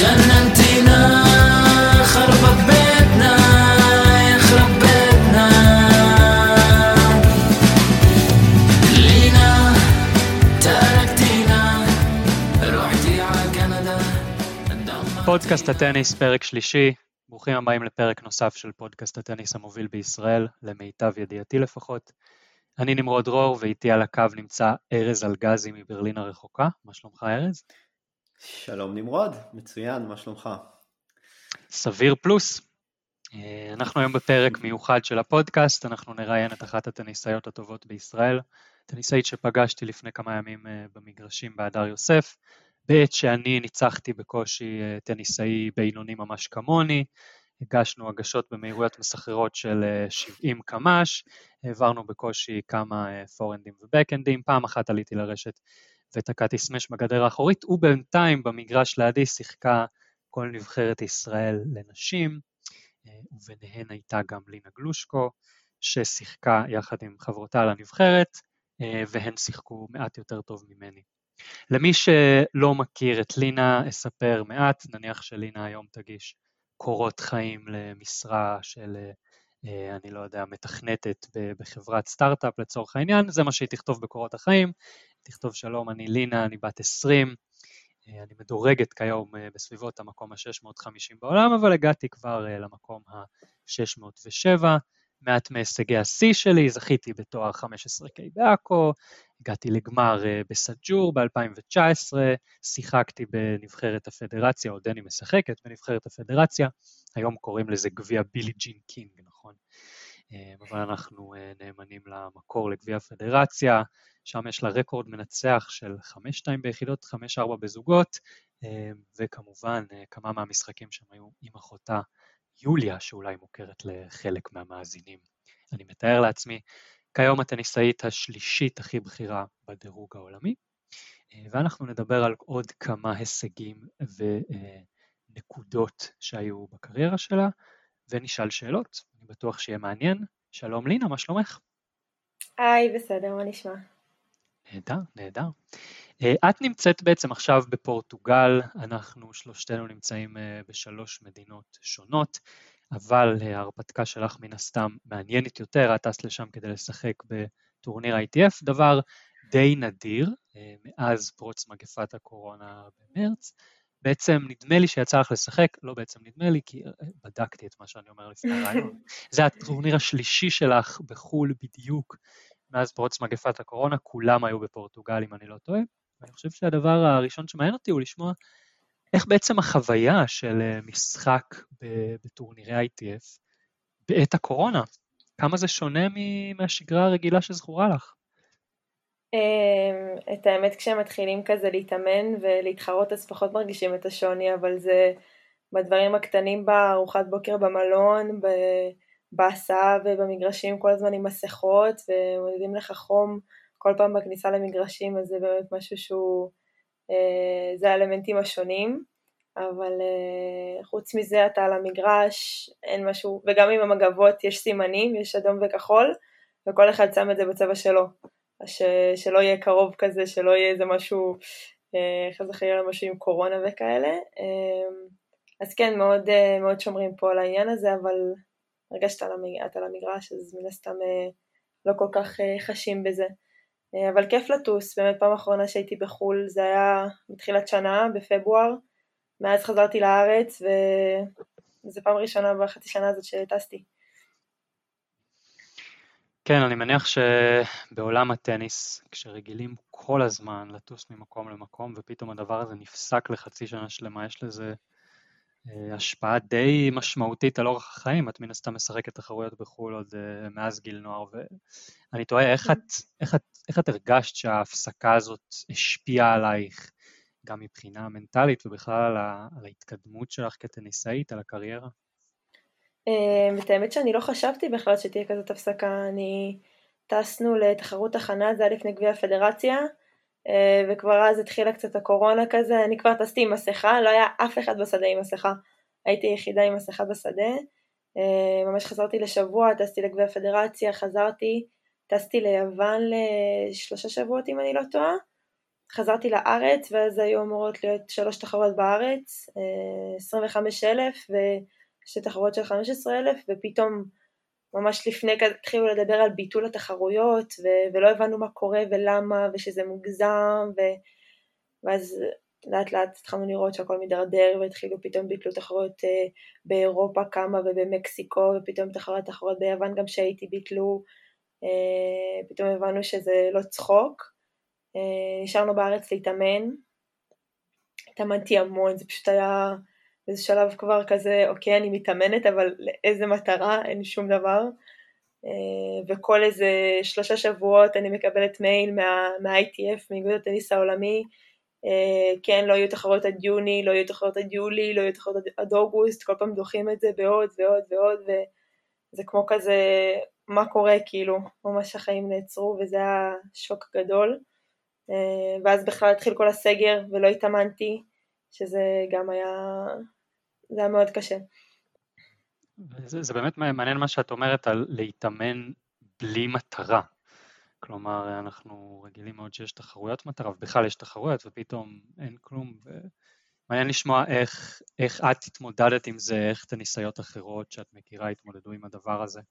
جننتينا خربت بيتنا يخرب بيتنا لينا تركتينا روحتي على كندا פודקאסט הטניס, פרק שלישי. ברוכים הבאים לפרק נוסף של פודקאסט הטניס המוביל בישראל, למיטב ידיעתי לפחות. אני נמרוד דרור, ואיתי על הקו נמצא ארז אלגזי מברלין הרחוקה. מה שלומך ארז? שלום נמרוד, מצוין, מה שלומך? סביר פלוס. אנחנו היום בפרק מיוחד של הפודקאסט, אנחנו נראיין את אחת הטניסאיות הטובות בישראל, טניסאית שפגשתי לפני כמה ימים במגרשים בהדר יוסף, בעת שאני ניצחתי בקושי טניסאי בינוני ממש כמוני, הגשנו הגשות במהירויות מסחררות של 70 קמ"ש, העברנו בקושי כמה פורנדים ובקנדים, פעם אחת עליתי לרשת ותקעתי סמש בגדר האחורית, ובינתיים במגרש לידי שיחקה כל נבחרת ישראל לנשים, וביניהן הייתה גם לינה גלושקו, ששיחקה יחד עם חברותה לנבחרת, והן שיחקו מעט יותר טוב ממני. למי שלא מכיר את לינה, אספר מעט, נניח שלינה היום תגיש קורות חיים למשרה של, אני לא יודע, מתכנתת בחברת סטארט-אפ לצורך העניין, זה מה שהיא תכתוב בקורות החיים, תכתוב שלום, אני לינה, אני בת 20, אני מדורגת כיום בסביבות המקום ה-650 בעולם, אבל הגעתי כבר למקום ה-607, מעט מהישגי השיא שלי, זכיתי בתואר 15K בעכו, הגעתי לגמר בסג'ור ב-2019, שיחקתי בנבחרת הפדרציה, עודני משחקת בנבחרת הפדרציה, היום קוראים לזה גביע בילי ג'ין קינג, נכון? אבל אנחנו נאמנים למקור לגביע הפדרציה, שם יש לה רקורד מנצח של 5-2 ביחידות, 5-4 בזוגות, וכמובן כמה מהמשחקים שם היו עם אחותה יוליה, שאולי מוכרת לחלק מהמאזינים. אני מתאר לעצמי, כיום הטניסאית השלישית הכי בכירה בדירוג העולמי, ואנחנו נדבר על עוד כמה הישגים ונקודות שהיו בקריירה שלה, ונשאל שאלות, אני בטוח שיהיה מעניין. שלום לינה, מה שלומך? היי, בסדר, מה נשמע? נהדר, נהדר. את נמצאת בעצם עכשיו בפורטוגל, אנחנו שלושתנו נמצאים בשלוש מדינות שונות, אבל ההרפתקה שלך מן הסתם מעניינת יותר, את טסת לשם כדי לשחק בטורניר ITF, דבר די נדיר, מאז פרוץ מגפת הקורונה במרץ, בעצם נדמה לי שיצא לך לשחק, לא בעצם נדמה לי, כי בדקתי את מה שאני אומר לפני הרעיון, זה הטורניר השלישי שלך בחול בדיוק, מאז פרוץ מגפת הקורונה, כולם היו בפורטוגל אם אני לא טועה, ואני חושב שהדבר הראשון שמעניין אותי הוא לשמוע איך בעצם החוויה של משחק בטורנירי ITF בעת הקורונה, כמה זה שונה מהשגרה הרגילה שזכורה לך? את האמת כשהם מתחילים כזה להתאמן ולהתחרות אז פחות מרגישים את השוני, אבל זה בדברים הקטנים בארוחת בוקר במלון, בהסעה ובמגרשים כל הזמן עם מסכות ומודדים לך חום כל פעם בכניסה למגרשים, אז זה באמת משהו שהוא, זה האלמנטים השונים, אבל חוץ מזה אתה על המגרש, אין משהו, וגם עם המגבות יש סימנים, יש אדום וכחול, וכל אחד שם את זה בצבע שלו, שלא יהיה קרוב כזה, שלא יהיה איזה משהו, חס וחלילה משהו עם קורונה וכאלה, אז כן, מאוד, מאוד שומרים פה על העניין הזה, אבל הרגע שאתה על המגרש, אז מן הסתם לא כל כך חשים בזה. אבל כיף לטוס, באמת פעם אחרונה שהייתי בחול, זה היה מתחילת שנה, בפברואר, מאז חזרתי לארץ, וזה פעם ראשונה בחצי שנה הזאת שטסתי. כן, אני מניח שבעולם הטניס, כשרגילים כל הזמן לטוס ממקום למקום, ופתאום הדבר הזה נפסק לחצי שנה שלמה, יש לזה השפעה די משמעותית על אורח החיים, את מן הסתם משחקת תחרויות בחו"ל עוד מאז גיל נוער, ואני תוהה איך את הרגשת שההפסקה הזאת השפיעה עלייך, גם מבחינה מנטלית ובכלל על ההתקדמות שלך כטניסאית, על הקריירה? את האמת שאני לא חשבתי בכלל שתהיה כזאת הפסקה, טסנו לתחרות הכנה, זה היה לפני גביע הפדרציה, וכבר אז התחילה קצת הקורונה כזה, אני כבר טסתי עם מסכה, לא היה אף אחד בשדה עם מסכה, הייתי יחידה עם מסכה בשדה, ממש חזרתי לשבוע, טסתי לגביע הפדרציה, חזרתי, טסתי ליוון ל3 שבועות אם אני לא טועה, חזרתי לארץ, ואז היו אמורות להיות 3 תחרות בארץ, 25,000 ושתי תחרות של 15,000, ופתאום ממש לפני כזה התחילו לדבר על ביטול התחרויות, ולא הבנו מה קורה ולמה, ושזה מוגזם, ואז לאט לאט התחלנו לראות שהכל מדרדר, והתחילו פתאום ביטלו תחרויות באירופה כמה ובמקסיקו, ופתאום תחרויות ביוון גם שהייתי ביטלו, פתאום הבנו שזה לא צחוק. נשארנו בארץ להתאמן, התאמנתי המון, זה פשוט היה איזה שלב כבר כזה, אוקיי, אני מתאמנת, אבל לאיזה מטרה, אין שום דבר, וכל איזה 3 שבועות אני מקבלת מייל מה-ITF, מאיגוד הטניס העולמי, כן, לא יהיו תחרות עד יוני, לא יהיו תחרות עד יולי, לא יהיו תחרות עד אוגוסט, כל פעם דוחים את זה בעוד ועוד ועוד, וזה כמו כזה, מה קורה, כאילו, ממש החיים נעצרו, וזה היה שוק גדול, ואז בכלל התחיל כל הסגר, ולא התאמנתי, שזה גם היה מאוד קשה. זה באמת מעניין מה שאת אומרת על להתאמן בלי מטרה. כלומר, אנחנו רגילים מאוד שיש תחרויות מטרה, ובכלל יש תחרויות, ופתאום אין כלום. מעניין לשמוע איך את התמודדת עם זה, איך טניסאיות אחרות שאת מכירה התמודדו עם הדבר הזה.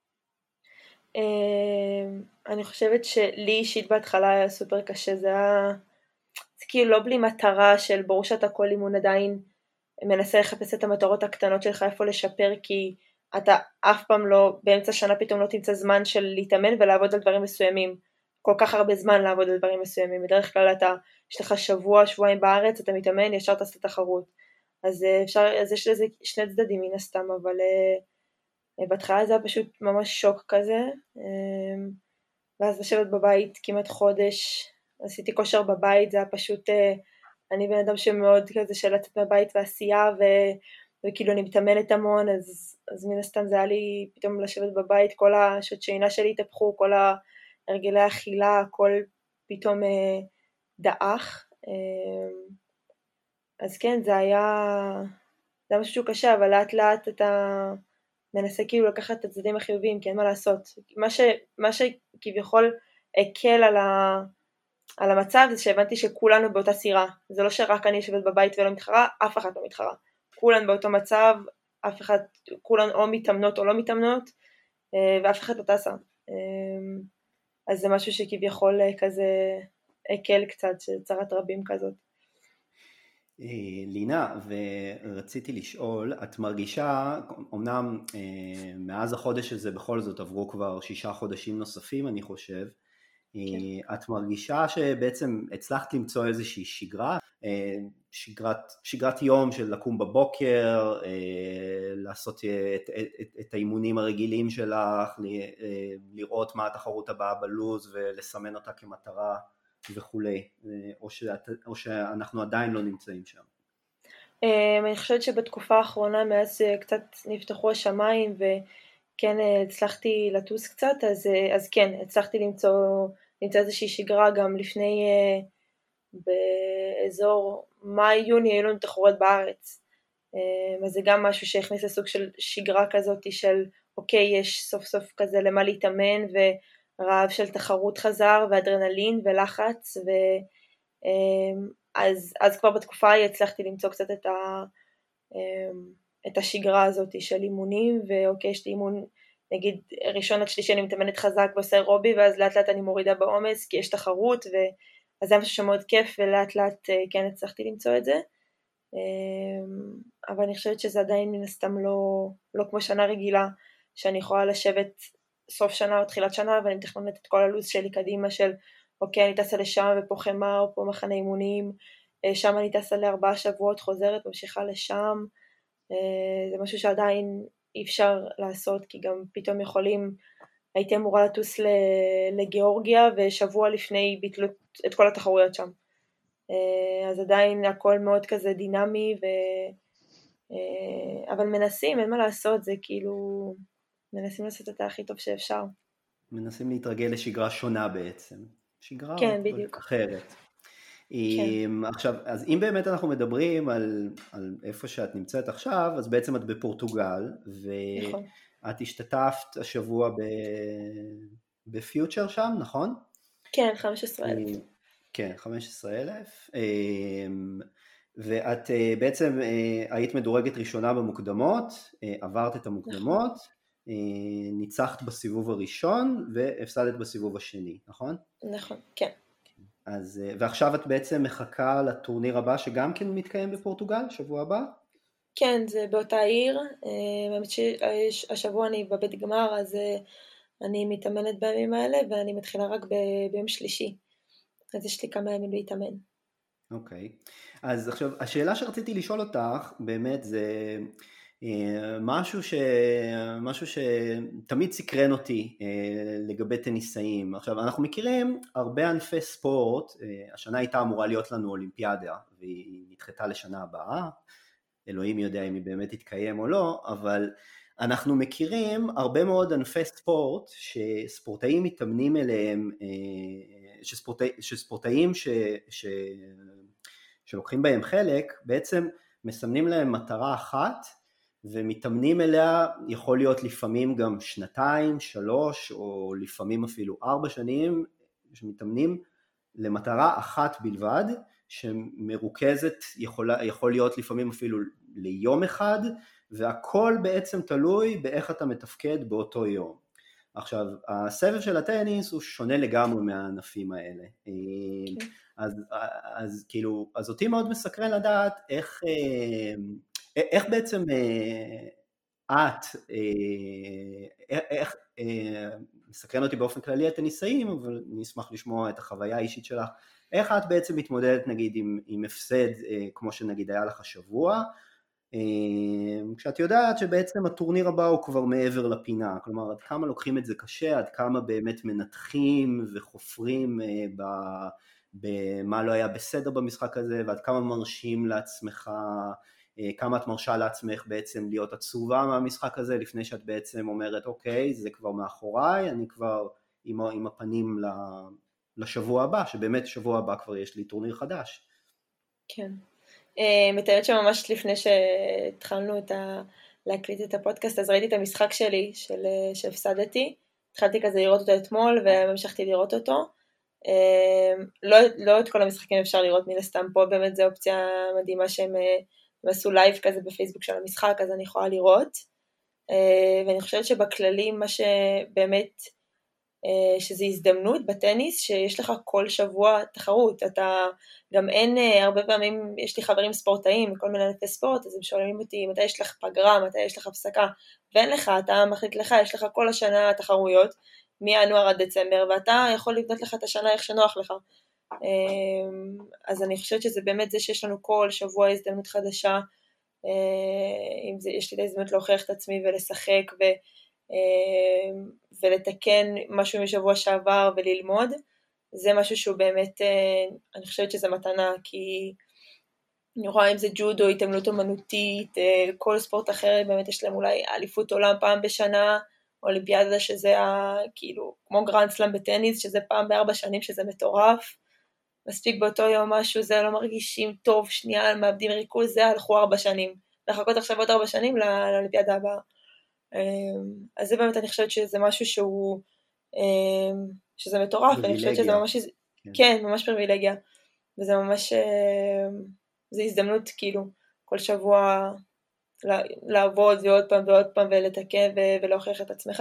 אני חושבת שלי אישית בהתחלה היה סופר קשה, זה כאילו לא בלי מטרה של ברור שאתה כל אימון עדיין מנסה לחפש את המטרות הקטנות שלך, איפה לשפר, כי אתה אף פעם לא, באמצע שנה פתאום לא תמצא זמן של להתאמן ולעבוד על דברים מסוימים, כל כך הרבה זמן לעבוד על דברים מסוימים, בדרך כלל יש לך שבוע, שבועיים בארץ, אתה מתאמן, ישר תעשה תחרות, אז יש לזה שני צדדים מן הסתם, אבל בהתחלה זה היה פשוט ממש שוק כזה, ואז לשבת בבית כמעט חודש, עשיתי כושר בבית, זה היה פשוט, אני בן אדם שמאוד כזה של לצאת מהבית ועשייה, וכאילו אני מתאמנת המון, אז מן הסתם זה היה לי פתאום לשבת בבית, כל השעות שינה שלי התהפכו, כל הרגלי האכילה, הכל פתאום דאח, אז כן, זה היה משהו קשה, אבל לאט לאט אתה מנסה כאילו לקחת את הצדדים החיוביים, כי אין מה לעשות. מה שכביכול הקל על המצב, זה שהבנתי שכולנו באותה סירה, זה לא שרק אני יושבת בבית ולא מתחרה, אף אחד לא מתחרה. כולן באותו מצב, אף אחד, כולן או מתאמנות או לא מתאמנות, ואף אחד לא טסה. אז זה משהו שכביכול כזה הקל קצת, שצרת רבים כזאת. לינה, ורציתי לשאול, את מרגישה, אמנם מאז החודש הזה בכל זאת עברו כבר 6 חודשים נוספים אני חושב, כן. את מרגישה שבעצם הצלחת למצוא איזושהי שגרה, שגרת יום של לקום בבוקר, לעשות את האימונים הרגילים שלך, לראות מה התחרות הבאה בלוז ולסמן אותה כמטרה וכולי, או שאנחנו עדיין לא נמצאים שם? אני חושבת שבתקופה האחרונה, מאז קצת נפתחו השמיים וכן הצלחתי לטוס קצת, אז כן, הצלחתי למצוא איזושהי שגרה. גם לפני, באזור מאי-יוני היו לנו תחרויות בארץ, אז זה גם משהו שהכניס לסוג של שגרה כזאת של אוקיי, יש סוף סוף כזה למה להתאמן, ורעב של תחרות חזר, ואדרנלין ולחץ, אז כבר בתקופה ההיא הצלחתי למצוא קצת את השגרה הזאת של אימונים, ואוקיי, יש לי אימון, נגיד ראשון עד שלישי אני מתאמנת חזק ועושה אירובי, ואז לאט לאט אני מורידה בעומס, כי יש תחרות, אז זה משהו שמאוד כיף, ולאט לאט כן הצלחתי למצוא את זה, אבל אני חושבת שזה עדיין מן הסתם לא כמו שנה רגילה, שאני יכולה לשבת סוף שנה או תחילת שנה, ואני מתכננת את כל הלו"ז שלי קדימה של, אוקיי, אני טסה לשם ופה חמה או פה מחנה אימונים, שם אני טסה ל4 שבועות, חוזרת, ממשיכה לשם, זה משהו שעדיין אי אפשר לעשות, כי גם פתאום הייתי אמורה לטוס לגיאורגיה, ושבוע לפני ביטלו את כל התחרויות שם, אז עדיין הכל מאוד כזה דינמי, אבל מנסים, אין מה לעשות, זה כאילו, מנסים לעשות את הכי טוב שאפשר. מנסים להתרגל לשגרה שונה בעצם. שגרה כן, בדיוק. אחרת. כן. עכשיו, אז אם באמת אנחנו מדברים על איפה שאת נמצאת עכשיו, אז בעצם את בפורטוגל, נכון. ואת השתתפת השבוע בפיוטר שם, נכון? כן, 15,000. כן, 15,000, ואת בעצם היית מדורגת ראשונה במוקדמות, עברת את המוקדמות, ניצחת בסיבוב הראשון והפסדת בסיבוב השני, נכון? נכון, כן. אז, ועכשיו את בעצם מחכה לטורניר הבא שגם כן מתקיים בפורטוגל, שבוע הבא? כן, זה באותה עיר, האמת שהשבוע אני בבית גמר, אז אני מתאמנת בימים האלה, ואני מתחילה רק ביום שלישי, אז יש לי כמה ימים להתאמן. אוקיי, אז עכשיו השאלה שרציתי לשאול אותך באמת זה משהו שתמיד סקרן אותי לגבי טניסאים. עכשיו אנחנו מכירים הרבה ענפי ספורט, השנה הייתה אמורה להיות לנו אולימפיאדה והיא נדחתה לשנה הבאה, אלוהים יודע אם היא באמת תתקיים או לא, אבל אנחנו מכירים הרבה מאוד ענפי ספורט שספורטאים מתאמנים אליהם, שספורטאים שלוקחים בהם חלק בעצם מסמנים להם מטרה אחת ומתאמנים אליה, יכול להיות לפעמים גם 2, 3 או לפעמים אפילו 4 שנים, שמתאמנים למטרה אחת בלבד, שמרוכזת, יכול להיות לפעמים אפילו ליום אחד, והכל בעצם תלוי באיך אתה מתפקד באותו יום. עכשיו, הסבב של הטניס הוא שונה לגמרי מהענפים האלה. אז כאילו, אז אותי מאוד מסקרן לדעת איך בעצם איך מסקרן אותי באופן כללי הטניסאים, אבל אני אשמח לשמוע את החוויה האישית שלך, איך את בעצם מתמודדת נגיד עם הפסד כמו שנגיד היה לך השבוע, כשאת יודעת שבעצם הטורניר הבא הוא כבר מעבר לפינה, כלומר עד כמה לוקחים את זה קשה, עד כמה באמת מנתחים וחופרים במה לא היה בסדר במשחק הזה, ועד כמה מרשים לעצמך, כמה את מרשה לעצמך בעצם להיות עצובה מהמשחק הזה, לפני שאת בעצם אומרת אוקיי, זה כבר מאחוריי, אני כבר עם הפנים לשבוע הבא, שבאמת שבוע הבא כבר יש לי טורניר חדש. כן. מתארת שממש לפני שהתחלנו להקליט את הפודקאסט, אז ראיתי את המשחק שלי שהפסדתי, התחלתי כזה לראות אותו אתמול והמשכתי לראות אותו, לא את כל המשחקים אפשר לראות מן הסתם, פה באמת זו אופציה מדהימה שהם עשו לייב כזה בפייסבוק של המשחק, אז אני יכולה לראות, ואני חושבת שבכללים מה שבאמת, שזה הזדמנות בטניס, שיש לך כל שבוע תחרות, אתה גם אין, הרבה פעמים יש לי חברים ספורטאים, כל מיני ענפי ספורט, אז הם שואלים אותי מתי יש לך פגרה, מתי יש לך הפסקה, ואין לך, אתה מחליט לך, יש לך כל השנה תחרויות, מינואר עד דצמבר, ואתה יכול לבנות לך את השנה איך שנוח לך. אז אני חושבת שזה באמת זה שיש לנו כל שבוע הזדמנות חדשה, אם זה, יש לי את ההזדמנות להוכיח את עצמי ולשחק ולתקן משהו משבוע שעבר וללמוד, זה משהו שהוא באמת, אני חושבת שזה מתנה, כי אני רואה אם זה ג'ודו, התעמלות אומנותית, כל ספורט אחר, באמת יש להם אולי אליפות עולם פעם בשנה, אולימפיאדה שזה כאילו כמו גרנד סלאם בטניס, שזה פעם ב4 שנים, שזה מטורף, מספיק באותו יום משהו, זה לא מרגישים טוב, שנייה, מאבדים ריכוז, זה הלכו 4 שנים, לחכות עכשיו עוד 4 שנים לאולימפיאדה הבאה. אז זה באמת אני חושבת שזה משהו שהוא, שזה מטורף, ואני חושבת שזה ממש, כן, ממש פריבילגיה, וזה ממש, זה הזדמנות כאילו, כל שבוע לעבוד ועוד פעם ועוד פעם ולתקן ולהוכיח את עצמך,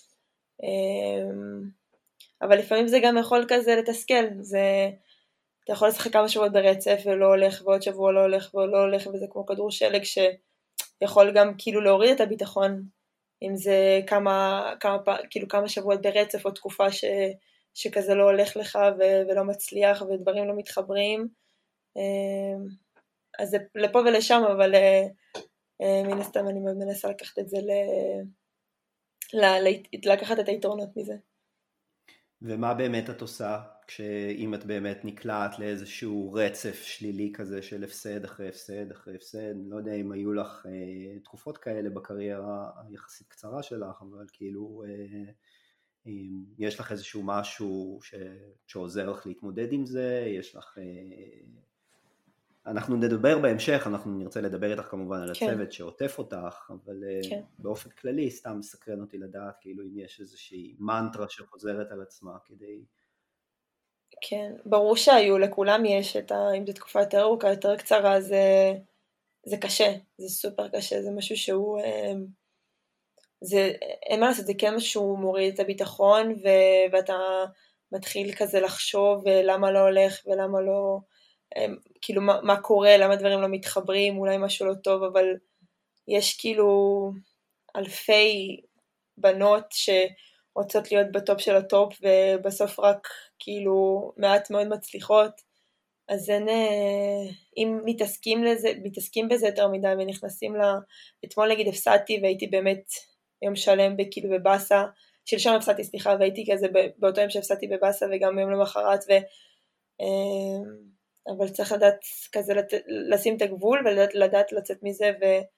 אבל לפעמים זה גם יכול כזה לתסכל, אתה יכול לשחק כמה שבועות ברצף ולא הולך, ועוד שבוע לא הולך ולא הולך, וזה כמו כדור שלג שיכול גם כאילו להוריד את הביטחון, אם זה כמה שבועות ברצף או תקופה שכזה לא הולך לך ולא מצליח ודברים לא מתחברים, אז זה לפה ולשם, אבל מן הסתם אני מאוד מנסה לקחת את זה, לקחת את היתרונות מזה. ומה באמת את עושה אם את באמת נקלעת לאיזשהו רצף שלילי כזה של הפסד אחרי הפסד אחרי הפסד? לא יודע אם היו לך תקופות כאלה בקריירה היחסית קצרה שלך, אבל כאילו יש לך איזשהו משהו שעוזר לך להתמודד עם זה, יש לך, אנחנו נדבר בהמשך, אנחנו נרצה לדבר איתך כמובן על הצוות שעוטף אותך, אבל באופן כללי סתם מסקרן אותי לדעת כאילו אם יש איזושהי מנטרה שחוזרת על עצמה כדי... כן, ברור שהיו, לכולם יש אם זו תקופה יותר ארוכה, יותר קצרה, זה קשה, זה סופר קשה, זה משהו שהוא, אין מה לעשות, זה כן משהו שהוא מוריד את הביטחון, ואתה מתחיל כזה לחשוב למה לא הולך ולמה לא, כאילו מה קורה, למה דברים לא מתחברים, אולי משהו לא טוב, אבל יש כאילו אלפי בנות שרוצות להיות בטופ של הטופ, ובסוף רק כאילו מעט מאוד מצליחות, אז אם מתעסקים בזה יותר מדי ונכנסים אתמול נגיד הפסדתי והייתי באמת יום שלם כאילו בבאסה, שלשום הפסדתי סליחה והייתי כזה באותו יום שהפסדתי בבאסה וגם ביום למחרת אבל צריך לדעת כזה לשים את הגבול ולדעת לצאת מזה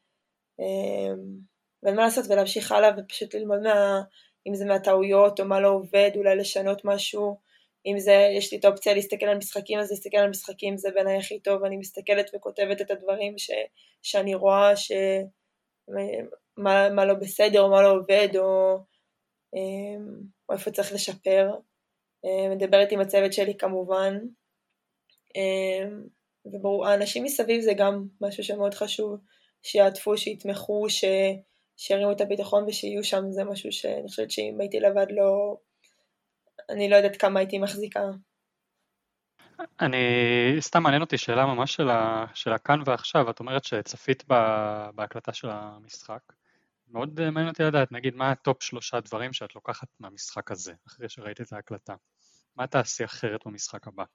ואין מה לעשות ולהמשיך הלאה ופשוט ללמוד אם זה מהטעויות או מה לא עובד, אולי לשנות משהו, אם זה יש לי את האופציה להסתכל על משחקים אז להסתכל על משחקים זה בעיניי הכי טוב, אני מסתכלת וכותבת את הדברים שאני רואה מה לא בסדר או מה לא עובד או איפה צריך לשפר, מדברת עם הצוות שלי כמובן, וברור, האנשים מסביב זה גם משהו שמאוד חשוב, שיעטפו, שיתמכו, שירימו את הביטחון ושיהיו שם, זה משהו שאני חושבת שאם הייתי לבד אני לא יודעת כמה הייתי מחזיקה. סתם מעניין אותי שאלה ממש של הכאן ועכשיו, את אומרת שצפית בהקלטה של המשחק, מאוד מעניין אותי לדעת, נגיד מה הטופ 3 דברים שאת לוקחת מהמשחק הזה, אחרי שראית את ההקלטה, מה תעשי אחרת במשחק הבא?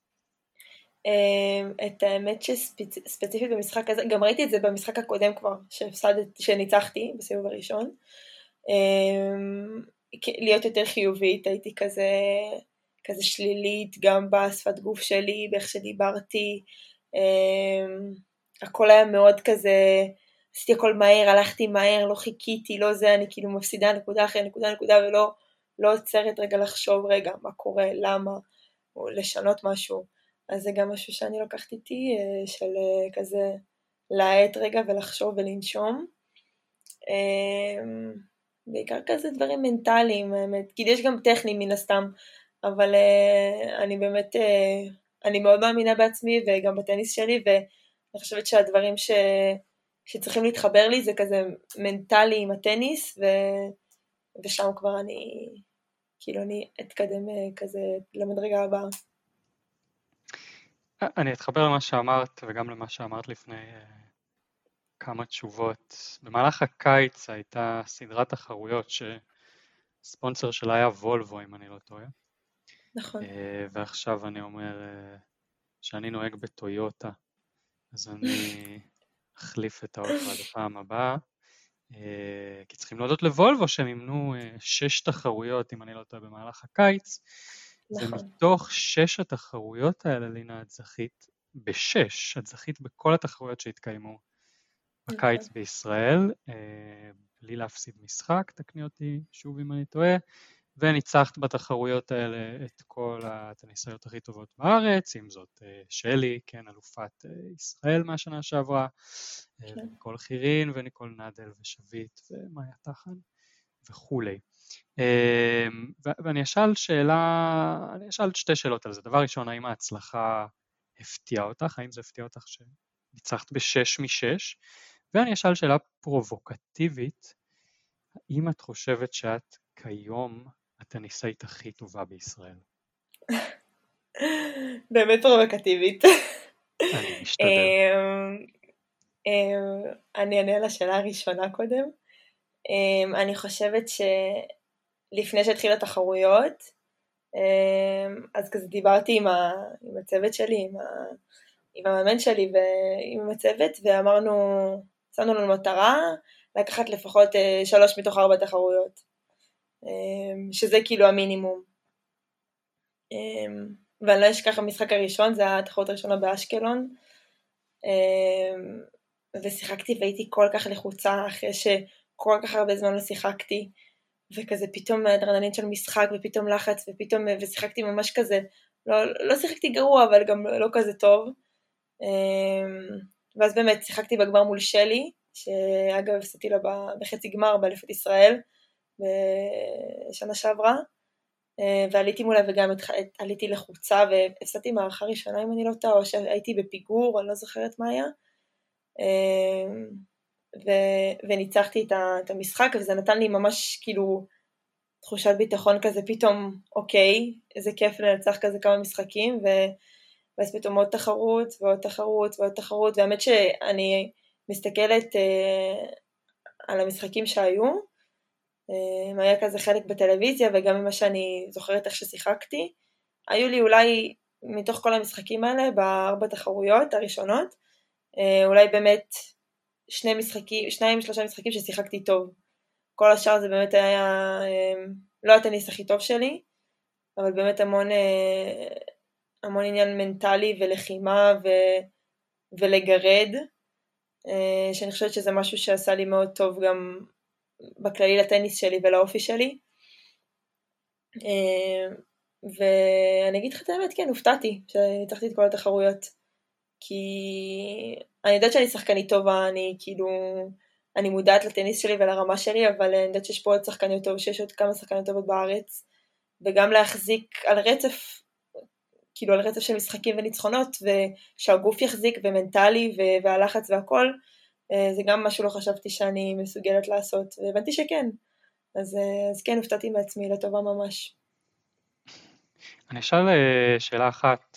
את האמת שספציפית במשחק הזה, גם ראיתי את זה במשחק הקודם כבר, שניצחתי בסיבוב הראשון, להיות יותר חיובית, הייתי כזה שלילית, גם בשפת גוף שלי, באיך שדיברתי, הכל היה מאוד כזה, עשיתי הכל מהר, הלכתי מהר, לא חיכיתי, לא זה, אני כאילו מפסידה נקודה אחרי נקודה, ולא עוצרת רגע לחשוב, רגע, מה קורה, למה, או לשנות משהו, אז זה גם משהו שאני לוקחת איתי, של כזה להעט רגע ולחשוב ולנשום, בעיקר כזה דברים מנטליים, האמת, כי יש גם טכניים מן הסתם, אבל אני באמת, אני מאוד מאמינה בעצמי וגם בטניס שלי, ואני חושבת שהדברים שצריכים להתחבר לי זה כזה מנטלי עם הטניס, ושם כבר אני אתקדם כזה למדרגה הבאה. אני אתחבר למה שאמרת וגם למה שאמרת לפני כמה תשובות. במהלך הקיץ הייתה סדרת תחרויות שספונסר שלה היה וולבו אם אני לא טועה. נכון. ועכשיו אני אומר שאני נוהג בטויוטה, אז אני אחליף את האוטו עד הפעם הבאה, כי צריכים להודות לוולבו שהם אימנו 6 תחרויות אם אני לא טועה במהלך הקיץ, נכון. ומתוך 6 התחרויות האלה לינה את זכית ב6, את זכית בכל התחרויות שהתקיימו בקיץ בישראל, בלי להפסיד משחק, תקני אותי שוב אם אני טועה, וניצחת בתחרויות האלה את כל הטניסאיות הכי טובות בארץ, אם זאת שלי, כן, אלופת ישראל מהשנה שעברה, וניקול חירין וניקול נדל ושביט ומאיה טחן וכולי. ואני אשאל אשאל 2 שאלות על זה. דבר ראשון, האם ההצלחה הפתיעה אותך? האם זה הפתיע אותך שניצחת ב6 מ6? ואני אשאל שאלה פרובוקטיבית, האם את חושבת שאת כיום הטניסאית הכי טובה בישראל? באמת פרובוקטיבית. אני משתדל. אני אענה על השאלה הראשונה קודם. אני חושבת שלפני שהתחילה התחרויות, אז כזה דיברתי עם הצוות שלי, עם המאמן שלי ועם הצוות, ואמרנו, שמנו לנו מטרה לקחת לפחות 3 מתוך 4 תחרויות. שזה כאילו המינימום. ואני לא אשכח המשחק הראשון, זה התחרות הראשונה באשקלון, ושיחקתי והייתי כל כך לחוצה אחרי שכל כך הרבה זמן לא שיחקתי, וכזה פתאום אדרנלין של משחק ופתאום לחץ ושיחקתי ממש כזה, לא שיחקתי גרוע אבל גם לא כזה טוב, ואז באמת שיחקתי בגמר מול שלי, שאגב הפסדתי לה בחצי גמר באליפות ישראל בשנה שעברה, ועליתי מולה וגם עליתי לחוצה והפסדתי מערכה ראשונה אם אני לא טועה, או שהייתי בפיגור, אני לא זוכרת מה היה, וניצחתי את המשחק, וזה נתן לי ממש כאילו תחושת ביטחון כזה, פתאום אוקיי, איזה כיף לנצח כזה כמה משחקים, ואז פתאום עוד תחרות ועוד תחרות ועוד תחרות, והאמת שאני מסתכלת על המשחקים שהיו, היה כזה חלק בטלוויזיה, וגם ממה שאני זוכרת איך ששיחקתי, היו לי אולי מתוך כל המשחקים האלה, ב4 תחרויות הראשונות, אולי באמת 2-3 משחקים ששיחקתי טוב. כל השאר זה באמת היה, לא הטניס הכי טוב שלי, אבל באמת המון עניין מנטלי ולחימה ולגרד, שאני חושבת שזה משהו שעשה לי מאוד טוב גם בכללי לטניס שלי ולאופי שלי. ואני אגיד לך את האמת, כן, הופתעתי שניצחתי את כל התחרויות, כי אני יודעת שאני שחקנית טובה, אני מודעת לטניס שלי ולרמה שלי, אבל אני יודעת שיש פה עוד שחקניות טוב, שיש עוד כמה שחקניות טובות בארץ, וגם להחזיק על רצף, כאילו על רצף של משחקים וניצחונות, ושהגוף יחזיק ומנטלי והלחץ והכל, זה גם משהו לא חשבתי שאני מסוגלת לעשות, והבנתי שכן, אז כן, הופתעתי בעצמי לטובה ממש. אני אשאל שאלה אחת,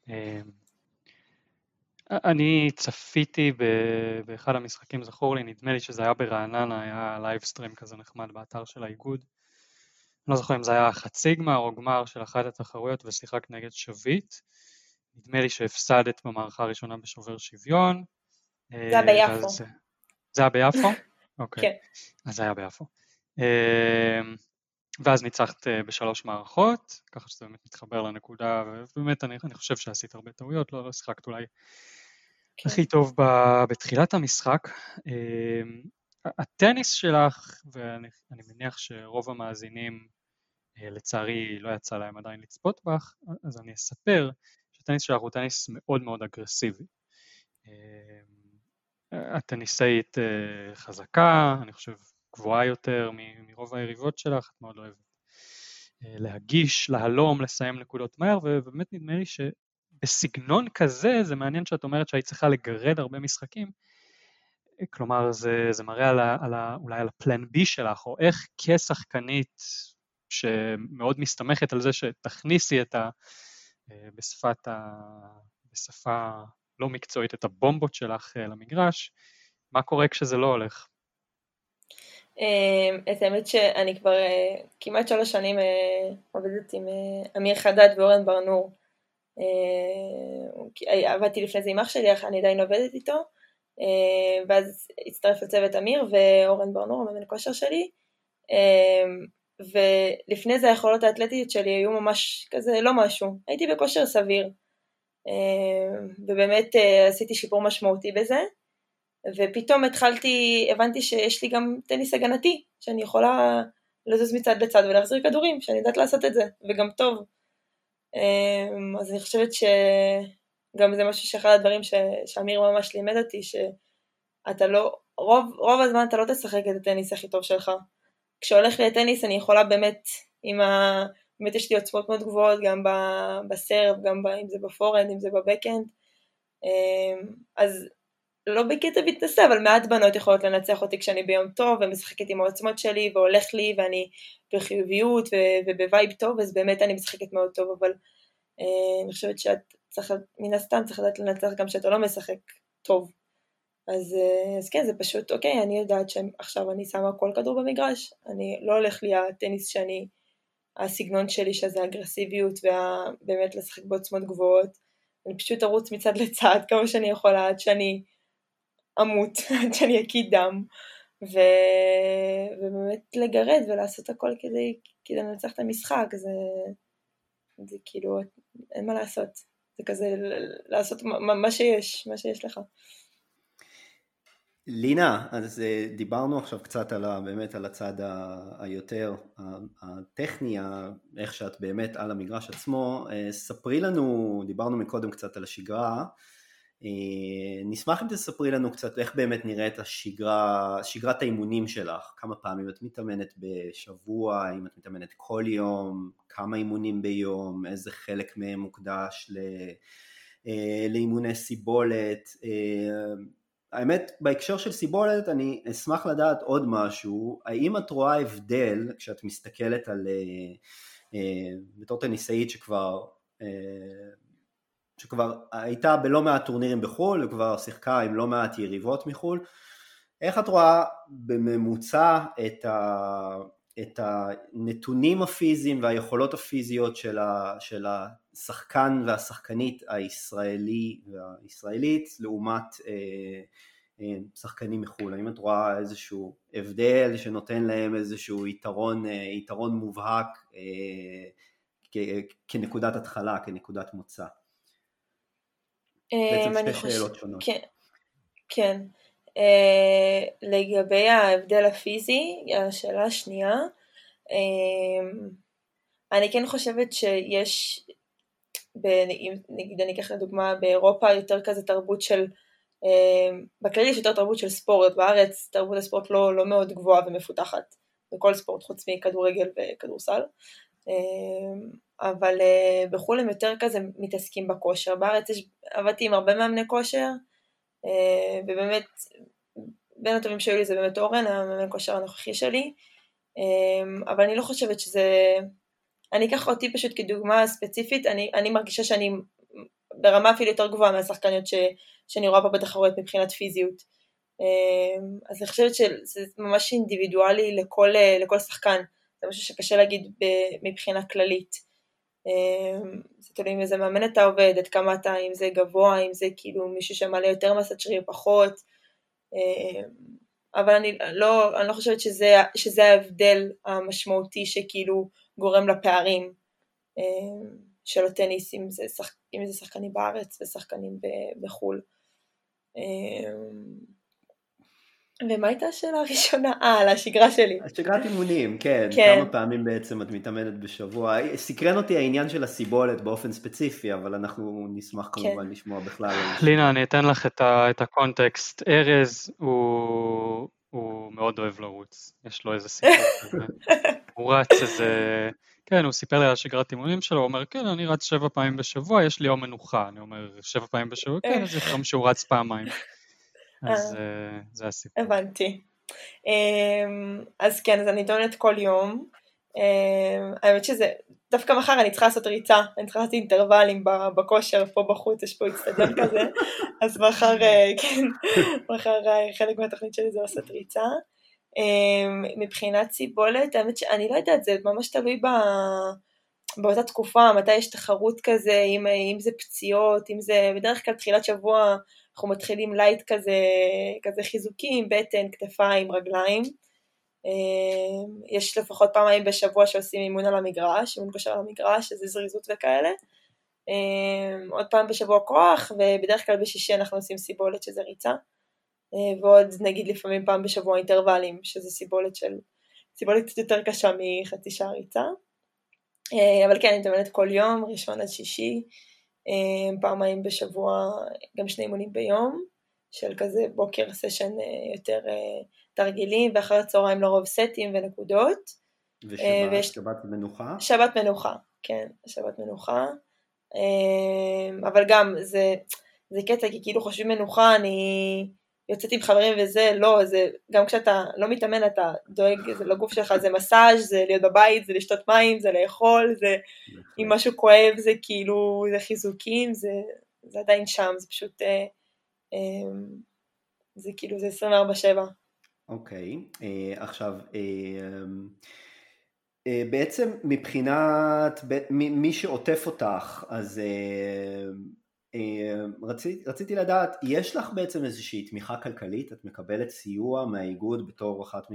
אני צפיתי באחד המשחקים, זכור לי, נדמה לי שזה היה ברעננה, היה לייב סטרים כזה נחמד באתר של האיגוד, אני לא זוכר אם זה היה חצי גמר או גמר של אחת התחרויות ושיחק נגד שביט, נדמה לי שהפסדת במערכה הראשונה בשובר שוויון. זה היה ביפו. זה היה ביפו? אוקיי. כן. אז זה היה ביפו. ואז ניצחת ב3 מערכות, ככה שזה באמת מתחבר לנקודה, ובאמת אני חושב שעשית הרבה טעויות, לא שיחקת אולי הכי טוב בתחילת המשחק. הטניס שלך, ואני מניח שרוב המאזינים, לצערי לא יצא להם עדיין לצפות בך, אז אני אספר שהטניס שלך הוא טניס מאוד מאוד אגרסיבי. הטניסאית חזקה, אני חושב גבוהה יותר מרוב היריבות שלך, את מאוד אוהבת להגיש, להלום, לסיים נקודות מהר, ובאמת נדמה לי שבסגנון כזה, זה מעניין שאת אומרת שהיית צריכה לגרד הרבה משחקים, כלומר זה מראה אולי על הפלן בי שלך, או איך כשחקנית שמאוד מסתמכת על זה שתכניסי בשפה לא מקצועית את הבומבות שלך למגרש, מה קורה כשזה לא הולך? את האמת שאני כבר כמעט 3 שנים עובדת עם אמיר חדד ואורן ברנור, עבדתי לפני זה עם אח שלי, אני עדיין עובדת איתו, ואז הצטרף לצוות אמיר ואורן ברנור, המאמן כושר שלי, ולפני זה היכולות האתלטיות שלי היו ממש כזה לא משהו, הייתי בכושר סביר, ובאמת עשיתי שיפור משמעותי בזה, ופתאום הבנתי שיש לי גם טניס הגנתי, שאני יכולה לזוז מצד לצד ולהחזיר כדורים, שאני יודעת לעשות את זה, וגם טוב. אז אני חושבת שגם זה משהו שאחד הדברים שאמיר ממש לימד אותי, שאתה לא, רוב הזמן אתה לא תשחק את הטניס הכי טוב שלך. כשהולך לי הטניס אני יכולה באמת, באמת יש לי עוצמות מאוד גבוהות, גם בסרב, גם אם זה בפורנד, אם זה בבקאנד, אז לא בקטע מתנסה, אבל מעט בנות יכולות לנצח אותי כשאני ביום טוב, ומשחקת עם העוצמות שלי, והולך לי, ואני בחיוביות, ובווייב טוב, אז באמת אני משחקת מאוד טוב, אבל אני חושבת שאת צריך, מן הסתם צריך לדעת לנצח גם שאתה לא משחק טוב. אז כן, זה פשוט, אוקיי, אני יודעת שעכשיו אני שמה כל כדור במגרש, אני לא הולך לי הטניס הסגנון שלי, שזה אגרסיביות, ובאמת לשחק בעוצמות גבוהות, אני פשוט ארוץ מצד לצד כמה שאני יכולה, עד שאני אמות, עד שאני אקיא דם, ובאמת לגרד ולעשות הכל כדי לנצח את המשחק, זה כאילו, אין מה לעשות, זה כזה לעשות מה שיש לך. לינה, אז דיברנו עכשיו קצת באמת על הצד היותר הטכני, איך שאת באמת על המגרש עצמו, ספרי לנו, דיברנו מקודם קצת על השגרה, נשמח אם תספרי לנו קצת איך באמת נראית שגרת האימונים שלך, כמה פעמים את מתאמנת בשבוע, האם את מתאמנת כל יום, כמה אימונים ביום, איזה חלק מהם מוקדש לאימוני סיבולת. האמת, בהקשר של סיבולת אני אשמח לדעת עוד משהו, האם את רואה הבדל כשאת מסתכלת על, בתור טניסאית שכבר הייתה בלא מעט טורנירים בחול, וכבר שיחקה עם לא מעט יריבות מחול, איך את רואה בממוצע את הנתונים הפיזיים והיכולות הפיזיות של השחקן והשחקנית הישראלי והישראלית, לעומת שחקנים מחול? האם את רואה איזשהו הבדל שנותן להם איזשהו יתרון מובהק כנקודת התחלה, כנקודת מוצא? בעצם שתי שאלות שונות. כן. לגבי ההבדל הפיזי, השאלה השנייה, אני כן חושבת שיש, נגיד אני אקח לדוגמה, באירופה יותר כזה תרבות של, בכללי יש יותר תרבות של ספורט, בארץ תרבות הספורט לא מאוד גבוהה ומפותחת, בכל ספורט חוץ מכדורגל וכדורסל, אבל בחו"ל הם יותר כזה מתעסקים בכושר. בארץ עבדתי עם הרבה מאמני כושר, ובאמת בין הטובים שהיו לי זה באמת אורן, המאמן כושר הנוכחי שלי, אבל אני לא חושבת שזה, אני אקח אותי פשוט כדוגמה ספציפית, אני מרגישה שאני ברמה אפילו יותר גבוהה מהשחקניות שאני רואה פה בתחרויות מבחינת פיזיות, אז אני חושבת שזה ממש אינדיבידואלי לכל שחקן, זה משהו שקשה להגיד מבחינה כללית, זה תלוי אם איזה מאמן אתה עובד, עד כמה אתה, אם זה גבוה, אם זה כאילו מישהו שמעלה יותר מסת שריר פחות, אבל אני לא חושבת שזה ההבדל המשמעותי שכאילו גורם לפערים של הטניס, אם זה שחקנים בארץ ושחקנים בחול. ומה הייתה השאלה הראשונה? על השגרה שלי. השגרת אימונים, כן. כמה פעמים בעצם את מתאמנת בשבוע? סקרן אותי העניין של הסיבולת באופן ספציפי, אבל אנחנו נשמח כמובן לשמוע בכלל. לינה, אני אתן לך את הקונטקסט. ארז הוא מאוד אוהב לרוץ. יש לו איזה סיפור כזה. הוא רץ איזה... כן, הוא סיפר לי על השגרת אימונים שלו, הוא אומר, כן, אני רץ 7 פעמים בשבוע, יש לי יום מנוחה. אני אומר, 7 פעמים בשבוע, כן, אז יש יום שהוא רץ פעמיים. אז זה הסיפור. הבנתי. אז כן, אז אני מתאמנת כל יום. האמת שזה, דווקא מחר אני צריכה לעשות ריצה, אני צריכה לעשות אינטרוולים בכושר, פה בחוץ, יש פה הצטדיון כזה, אז מחר, כן, מחר חלק מהתוכנית שלי זה לעשות ריצה. מבחינת סיבולת, האמת שאני לא יודעת, זה ממש תלוי באותה תקופה, מתי יש תחרות כזה, אם זה פציעות, אם זה, בדרך כלל תחילת שבוע, אנחנו מתחילים לייט כזה חיזוקים, בטן, כתפיים, רגליים. יש לפחות פעמיים בשבוע שעושים אימון על המגרש, אימון כושר על המגרש, שזה זריזות וכאלה. עוד פעם בשבוע כוח, ובדרך כלל בשישי אנחנו עושים סיבולת שזה ריצה. ועוד נגיד לפעמים פעם בשבוע אינטרוולים, שזה סיבולת קצת יותר קשה מחצי שעה ריצה. אבל כן, אני מתאמנת כל יום, ראשון עד שישי. פעמיים בשבוע, גם 2 אימונים ביום, של כזה בוקר סשן יותר תרגילים, ואחר הצהריים לרוב סטים ונקודות. שבת מנוחה? שבת מנוחה, כן, שבת מנוחה. אבל גם זה קטע, כי כאילו חושבים מנוחה, אני יוצאת עם חברים וזה, לא, זה, גם כשאתה לא מתאמן, אתה דואג, זה לא גוף שלך, זה מסאז', זה להיות בבית, זה לשתות מים, זה לאכול, זה, אם משהו כואב, זה כאילו, זה חיזוקים, זה עדיין שם, זה פשוט, זה כאילו, זה 24/7. אוקיי, עכשיו, בעצם מבחינת מי שעוטף אותך, אז רציתי לדעת, יש לך בעצם איזושהי תמיכה כלכלית? את מקבלת סיוע מהאיגוד בתור אחת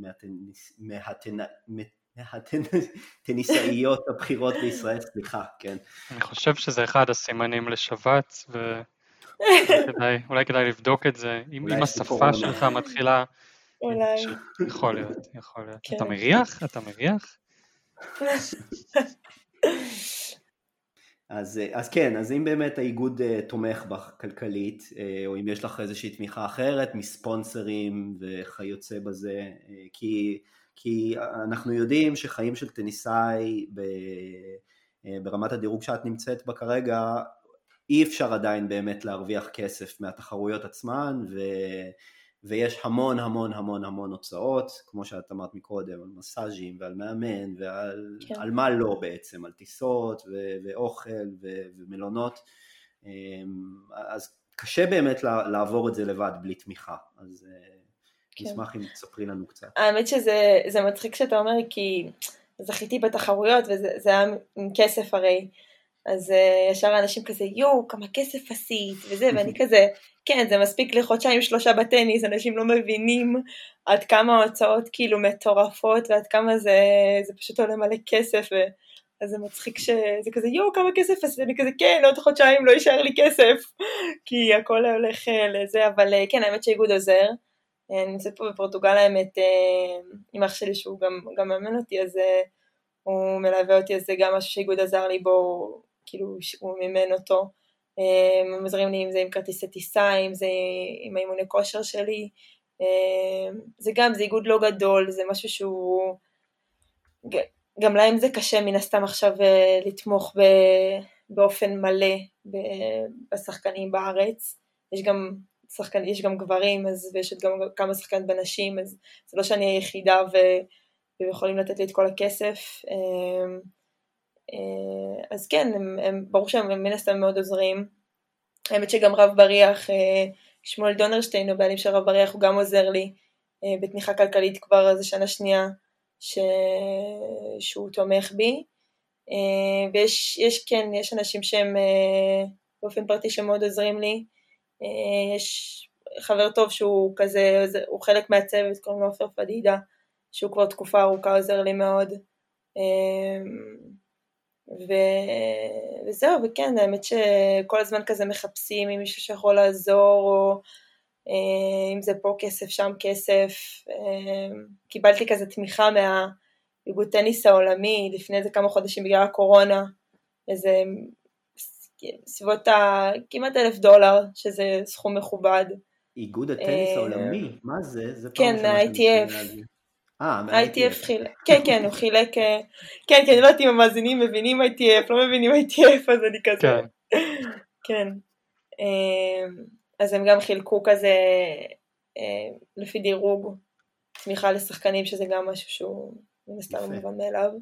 מהטניסאיות הבחירות בישראל? סליחה, כן. אני חושב שזה אחד הסימנים לשבץ, ואולי כדאי לבדוק את זה, אם השפה שלך מתחילה, יכול להיות. אתה מריח? אז כן, אז אם באמת האיגוד תומך בך כלכלית, או אם יש לך איזושהי תמיכה אחרת, מספונסרים וכיוצא בזה, כי אנחנו יודעים שחיים של טניסאי ברמת הדירוג שאת נמצאת בה כרגע, אי אפשר עדיין באמת להרוויח כסף מהתחרויות עצמן, ויש המון המון המון המון הוצאות, כמו שאת אמרת מקודם, על מסאז'ים ועל מאמן ועל על מה לא בעצם, על טיסות ואוכל ומלונות, אז קשה באמת לעבור את זה לבד בלי תמיכה, אז נשמח אם תספרי לנו קצת. האמת שזה מצחיק שאתה אומר, כי זכיתי בתחרויות וזה היה עם כסף הרי, אז ישר האנשים כזה, יו, כמה כסף עשית וזה, ואני כזה, כן, זה מספיק לחודשיים 3 בטניס, אנשים לא מבינים עד כמה ההוצאות כאילו מטורפות, ועד כמה זה פשוט עולה מלא כסף, אז זה מצחיק שזה כזה, יו, כמה כסף עשית, אני כזה, כן, עוד חודשיים לא יישאר לי כסף, כי הכל הולך לזה, אבל כן, האמת שאיגוד עוזר, אני נמצאת פה בפורטוגל האמת, עם אח שלי שהוא גם מאמן אותי, אז הוא מלווה אותי, אז זה גם משהו שאיגוד עזר לי בו, כאילו הוא מימן אותו, הם עוזרים לי אם זה עם כרטיסי טיסה, אם זה עם האימוני כושר שלי, זה איגוד לא גדול, זה משהו שהוא, גם להם זה קשה מן הסתם עכשיו לתמוך באופן מלא בשחקנים בארץ, יש גם גברים, ויש גם כמה שחקנים בנשים, אז זה לא שאני היחידה ויכולים לתת לי את כל הכסף, אז כן, ברור שהם מן הסתם מאוד עוזרים, האמת שגם רב בריח, שמואל דונרשטיין, הבעלים של רב בריח, הוא גם עוזר לי בתמיכה כלכלית כבר איזה שנה שנייה, שהוא תומך בי, ויש אנשים שהם באופן פרטי שמאוד עוזרים לי, יש חבר טוב שהוא כזה, הוא חלק מהצוות, קוראים לו עופר פדידה, שהוא כבר תקופה ארוכה עוזר לי מאוד, וזהו, וכן, האמת שכל הזמן כזה מחפשים עם מישהו שיכול לעזור, או אם זה פה כסף, שם כסף, קיבלתי כזה תמיכה מהאיגוד טניס העולמי, לפני איזה כמה חודשים בגלל הקורונה, איזה סביבות כמעט $1,000, שזה סכום מכובד. איגוד הטניס העולמי? מה זה? כן, ה-ITF. מה-ITF. כן, הוא חילק, כן, אני לא יודעת אם המאזינים מבינים ITF, לא מבינים ITF, אז אני כזה, כן, אז הם גם חילקו כזה, לפי דירוג, תמיכה לשחקנים, שזה גם משהו שהוא מסתם מובן מאליו,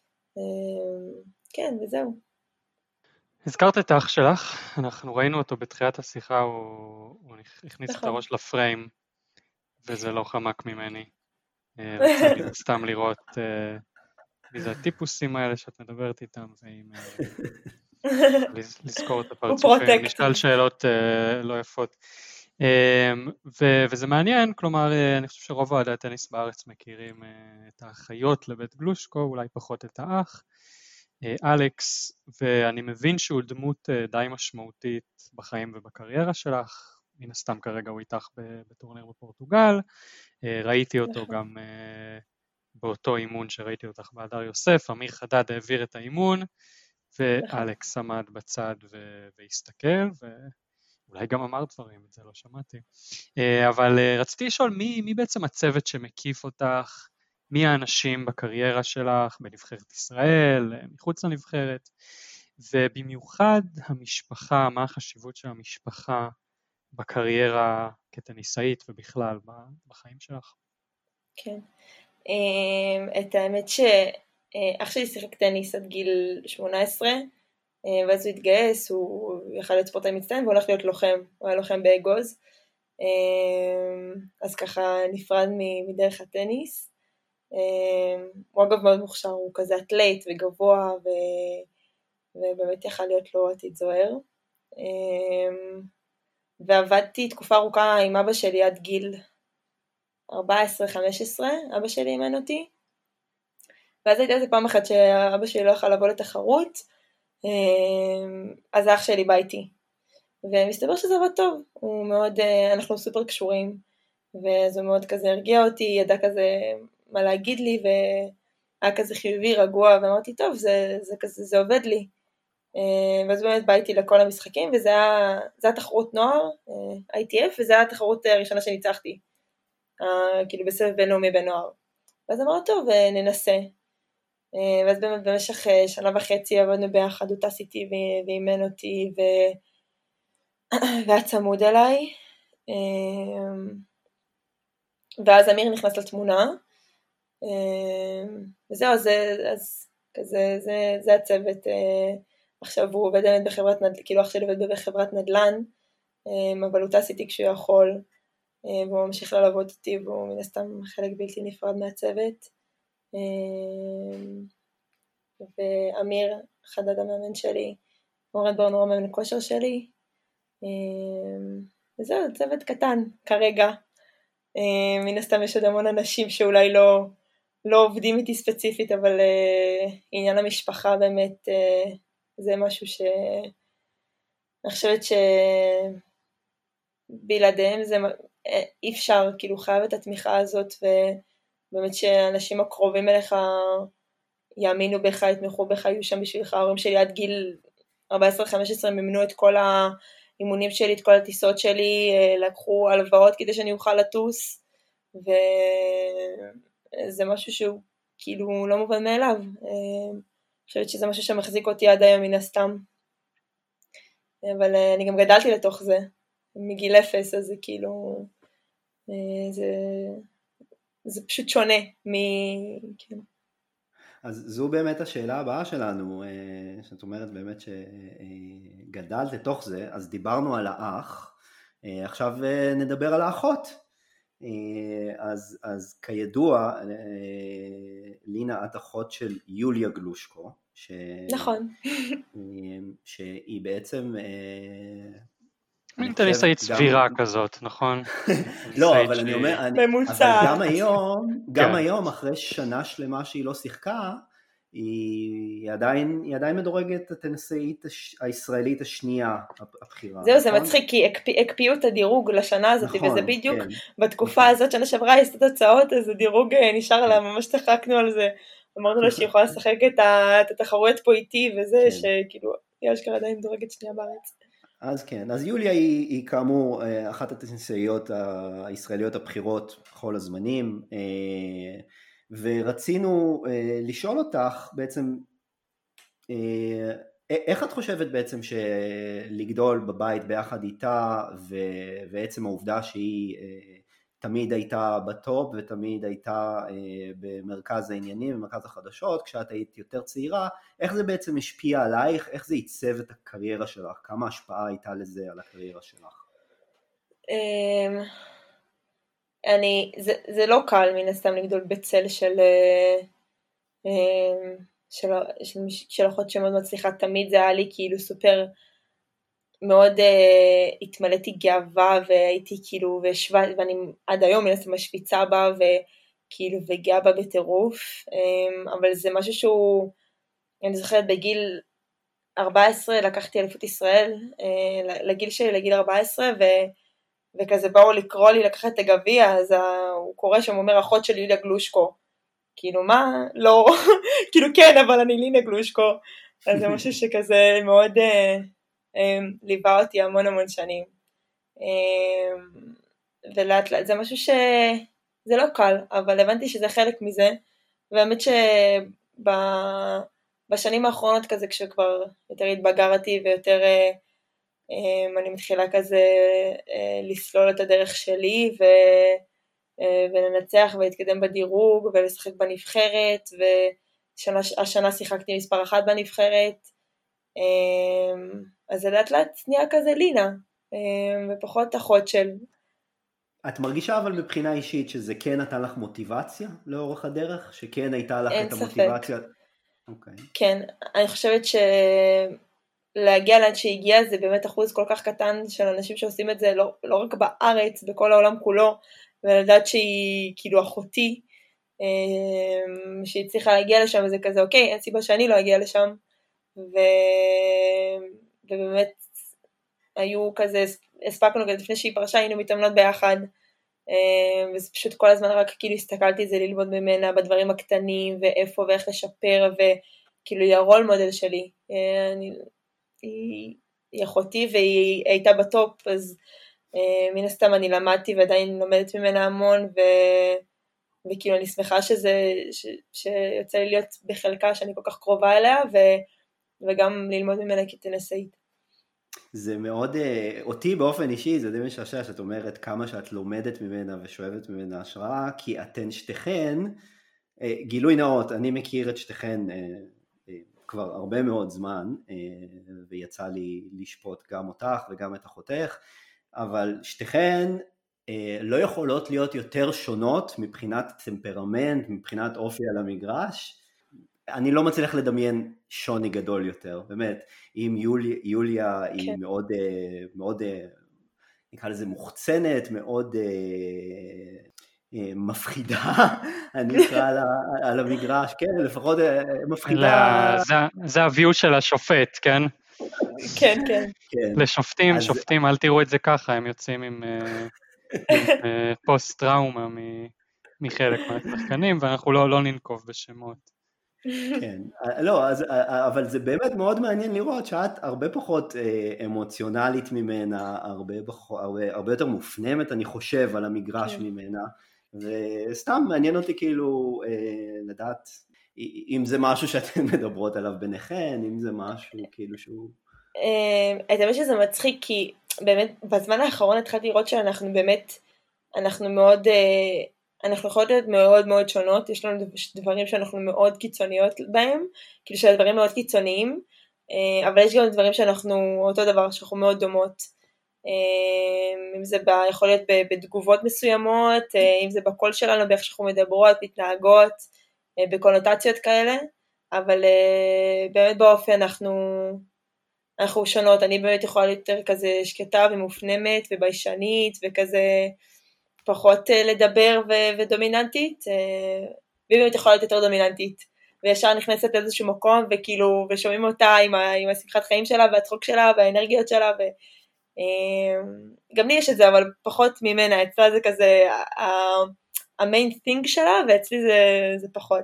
כן, וזהו. הזכרת את האח שלך, אנחנו ראינו אותו בתחילת השיחה, הוא הכניס את הראש לפריים, וזה לא חמק ממני. רציתי סתם לראות מי זה הטיפוסים האלה שאת מדברת איתם, ועם לזכור את הפרצופים, נשאל שאלות לא יפות. וזה מעניין, כלומר, אני חושב שרוב אוהדי הטניס בארץ מכירים את האחיות לבית גלושקו, אולי פחות את האח, אלכס, ואני מבין שהוא דמות די משמעותית בחיים ובקריירה שלך, מן הסתם כרגע הוא איתך בטורניר בפורטוגל, ראיתי אותו גם באותו אימון שראיתי אותך בהדר יוסף, אמיר חדד העביר את האימון, ואלכס עמד בצד והסתכל, ואולי גם אמר דברים, את זה לא שמעתי. אבל רציתי לשאול, מי בעצם הצוות שמקיף אותך, מי האנשים בקריירה שלך, בנבחרת ישראל, מחוץ לנבחרת, ובמיוחד המשפחה, מה החשיבות של המשפחה בקריירה כטניסאית ובכלל בחיים שלך? כן, את האמת שאח שלי שיחק טניס עד גיל 18, ואז הוא התגייס, הוא יכל להיות ספורטאי מצטיין והוא הולך להיות לוחם, הוא היה לוחם באגוז, אז ככה נפרד מדרך הטניס, הוא אגב מאוד מוכשר, הוא כזה אתלט וגבוה, ובאמת יכל להיות לו עתיד זוהר, ועבדתי תקופה ארוכה עם אבא שלי עד גיל 14-15, אבא שלי אימן אותי, ואז הייתה איזה פעם אחת שאבא שלי לא יכל לבוא לתחרות, אז האח שלי בא איתי, ומסתבר שזה עבד טוב, הוא מאוד, אנחנו סופר קשורים, ואז הוא מאוד כזה הרגיע אותי, ידע כזה מה להגיד לי, והיה כזה חיובי, רגוע, ואמרתי טוב, זה עובד לי, ואז באמת באתי לכל המשחקים, וזה היה תחרות נוער, ITF, וזה היה התחרות הראשונה שניצחתי, כאילו בסבב בינלאומי בנוער. ואז אמרנו, טוב, ננסה. ואז באמת במשך 1.5 שנה עבדנו ביחד, הוא טס איתי ואימן אותי, והיה צמוד אליי. ואז אמיר נכנס לתמונה, וזהו, אז כזה, זה הצוות. עכשיו הוא עובד באמת בחברת נדל"ן, כאילו אח שלי עובד בחברת נדל"ן, אבל הוא טס איתי כשהוא יכול, והוא ממשיך ללוות אותי, והוא מן הסתם חלק בלתי נפרד מהצוות. ואמיר, חדד המאמן שלי, אורן ברנור המאמן כושר שלי, וזהו, צוות קטן כרגע. מן הסתם יש עוד המון אנשים שאולי לא עובדים איתי ספציפית, אבל עניין המשפחה באמת זה משהו אני חושבת שבלעדיהם אי אפשר, כאילו חייב את התמיכה הזאת, ובאמת שאנשים הקרובים אליך יאמינו בך, יתמכו בך, יהיו שם בשבילך. ההורים שלי עד גיל 14-15 מימנו את כל האימונים שלי, את כל הטיסות שלי, לקחו הלוואות כדי שאני אוכל לטוס, וזה משהו שהוא כאילו לא מובן מאליו. אני חושבת שזה משהו שמחזיק אותי עד היום מן הסתם, אבל אני גם גדלתי לתוך זה מגיל 0, אז זה כאילו זה פשוט שונה כן. אז זו באמת השאלה הבאה שלנו, שאת אומרת באמת שגדלת לתוך זה, אז דיברנו על האח, עכשיו נדבר על האחות. אז כידוע, לינה, את אחות של יוליה גלושקו, נכון. שהיא בעצם טניסאית סבירה כזאת, נכון? לא, אבל אני אומר, ממוצע. גם היום, אחרי שנה שלמה שהיא לא שיחקה, היא עדיין מדורגת הטניסאית הישראלית השנייה הבחירה. זהו, זה מצחיק, כי הקפיאו את הדירוג לשנה הזאת, וזה בדיוק בתקופה הזאת, שנה שעברה היא עשתה תוצאות, אז הדירוג נשאר לה, ממש צחקנו על זה, אמרנו לה שהיא יכולה לשחק את התחרויות פה איתי, וזה שכאילו, היא אשכרה עדיין מדורגת שנייה בארץ. אז כן, אז יוליה היא כאמור אחת הטניסאיות הישראליות הבחירות בכל הזמנים, ורצינו לשאול אותך בעצם, איך את חושבת בעצם שלגדול בבית ביחד איתה, ועצם העובדה שהיא תמיד הייתה בטופ ותמיד הייתה במרכז העניינים, במרכז החדשות, כשאת היית יותר צעירה, איך זה בעצם השפיע עלייך, איך זה ייצב את הקריירה שלך, כמה השפעה הייתה לזה על הקריירה שלך? זה לא קל מן הסתם לגדול בצל של אחות שמאוד מצליחה, תמיד זה היה לי כאילו סופר, מאוד התמלאתי גאווה, והייתי כאילו, ואני עד היום מנסה משוויצה בה, וכאילו וגאה בה בטירוף, אבל זה משהו שהוא, אני זוכרת בגיל 14 לקחתי אליפות ישראל, לגיל שלי, לגיל 14, וכזה באו לקרוא לי לקחת את הגביע, אז הוא קורא שם, אומר, אחות של לינה גלושקו, כאילו מה? לא, כאילו כן, אבל אני לינה גלושקו, אז זה משהו שכזה מאוד ליווה אותי המון שנים, ולאט לאט זה משהו שזה לא קל, אבל הבנתי שזה חלק מזה, והאמת שבשנים האחרונות כזה, כשכבר יותר התבגרתי ויותר אני מתחילה כזה לסלול את הדרך שלי ולנצח ולהתקדם בדירוג ולשחק בנבחרת, והשנה שיחקתי מספר 1 בנבחרת, אז לאט לאט נהיה כזה לינה ופחות אחות של. את מרגישה אבל מבחינה אישית שזה כן נתן לך מוטיבציה לאורך הדרך? שכן הייתה לך את המוטיבציה? אוקיי. כן, אני חושבת להגיע לאן שהגיע זה באמת אחוז כל כך קטן של אנשים שעושים את זה, לא רק בארץ, בכל העולם כולו, ולדעת שהיא כאילו אחותי, שהיא צריכה להגיע לשם, וזה כזה אוקיי, אין סיבה שאני לא אגיע לשם, ובאמת היו כזה, הספקנו כזה לפני שהיא פרשה, היינו מתאמנות ביחד, וזה פשוט כל הזמן רק כאילו הסתכלתי את זה ללמוד ממנה בדברים הקטנים, ואיפה ואיך לשפר, וכאילו היא הרול מודל שלי, היא אחותי והיא הייתה בטופ, אז מן הסתם אני למדתי ועדיין לומדת ממנה המון, וכאילו אני שמחה שיוצא לי להיות בחלקה שאני כל כך קרובה אליה, וגם ללמוד ממנה כטניסאית. זה מאוד, אותי באופן אישי זה די משעשע שאת אומרת כמה שאת לומדת ממנה ושואבת ממנה השראה, כי אתן שתיכן, גילוי נאות, אני מכיר את שתיכן כבר הרבה מאוד זמן, ויצא לי לשפוט גם אותך וגם את אחותך, אבל שתיכן לא יכולות להיות יותר שונות מבחינת טמפרמנט, מבחינת אופי על המגרש. אני לא מצליח לדמיין שוני גדול יותר, באמת. אם יוליה היא מאוד, מאוד, נקרא לזה מוחצנת, מאוד מפחידה, אני אקרא על המגרש, כן, לפחות מפחידה. זה הוויו של השופט, כן? כן, כן. לשופטים, שופטים, אל תראו את זה ככה, הם יוצאים עם פוסט טראומה מחלק מהשחקנים, ואנחנו לא ננקוב בשמות. כן, לא, אבל זה באמת מאוד מעניין לראות שאת הרבה פחות אמוציונלית ממנה, הרבה יותר מופנמת, אני חושב, על המגרש ממנה, וסתם מעניין אותי כאילו לדעת אם זה משהו שאתן מדברות עליו ביניכן, אם זה משהו כאילו שהוא... את האמת שזה מצחיק, כי באמת בזמן האחרון התחלתי לראות שאנחנו באמת, אנחנו יכולות להיות מאוד מאוד שונות, יש לנו דברים שאנחנו מאוד קיצוניות בהם, כאילו שהדברים מאוד קיצוניים, אבל יש גם דברים שאנחנו אותו דבר, שאנחנו מאוד דומות, אם זה יכול להיות בתגובות מסוימות, אם זה בקול שלנו, באיך שאנחנו מדברות, מתנהגות, בקונוטציות כאלה, אבל באמת באופן אנחנו שונות, אני באמת יכולה להיות יותר כזה שקטה ומופנמת וביישנית וכזה פחות לדבר ודומיננטית, והיא באמת יכולה להיות יותר דומיננטית, וישר נכנסת לאיזשהו מקום וכאילו, ושומעים אותה עם השמחת חיים שלה והצחוק שלה והאנרגיות שלה, גם לי יש את זה, אבל פחות ממנה, אצלה זה כזה המיין thing שלה, ואצלי זה פחות.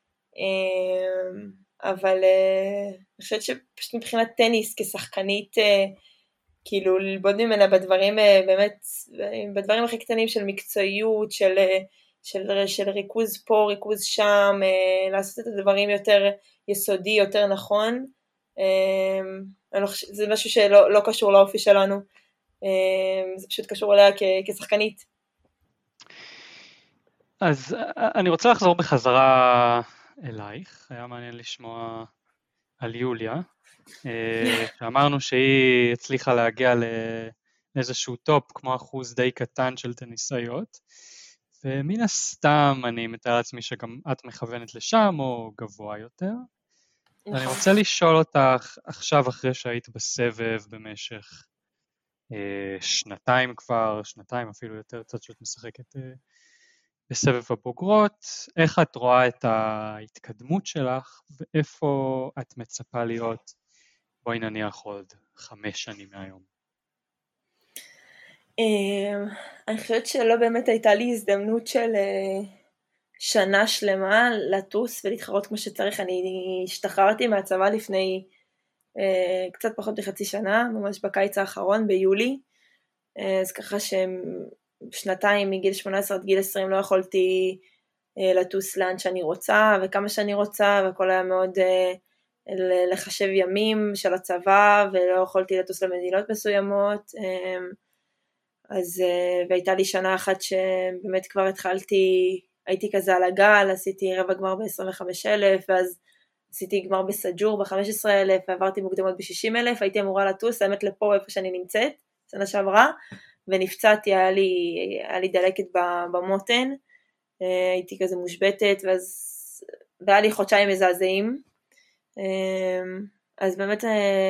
אבל אני חושבת שפשוט מבחינת טניס כשחקנית, כאילו ללמוד ממנה בדברים באמת, בדברים הכי קטנים של מקצועיות, של ריכוז פה, ריכוז שם, לעשות את הדברים יותר יסודי, יותר נכון, זה משהו שלא קשור לאופי שלנו, זה פשוט קשור אליה כשחקנית. אז אני רוצה לחזור בחזרה אלייך, היה מעניין לשמוע על יוליה, שאמרנו שהיא הצליחה להגיע לאיזשהו טופ כמו אחוז די קטן של טניסאיות, ומן הסתם אני מתאר לעצמי שגם את מכוונת לשם או גבוה יותר. אני רוצה לשאול אותך עכשיו אחרי שהיית בסבב במשך שנתיים אפילו יותר קצת שאת משחקת בסבב הבוגרות, איך את רואה את ההתקדמות שלך ואיפה את מצפה להיות, בואי נניח עוד 5 שנים מהיום? אני חושבת שלא באמת הייתה לי הזדמנות של שנה שלמה לטוס ולהתחרות כמו שצריך. אני השתחררתי מהצבא לפני קצת פחות מחצי שנה, ממש בקיץ האחרון ביולי, אז ככה שנתיים מגיל 18 עד גיל 20 לא יכולתי לטוס לאן שאני רוצה וכמה שאני רוצה, והכל היה מאוד לחשב ימים של הצבא, ולא יכולתי לטוס למדינות מסוימות, אז והייתה לי שנה אחת שבאמת כבר הייתי כזה על הגל, עשיתי רבע גמר ב-25,000, ואז עשיתי גמר בסג'ור ב-15,000, ועברתי מוקדמות ב-60,000, הייתי אמורה לטוס, האמת לפה איפה שאני נמצאת, שנה שעברה, ונפצעתי, היה לי דלקת במותן, הייתי כזה מושבטת, והיה לי חודשיים מזעזעים, אז באמת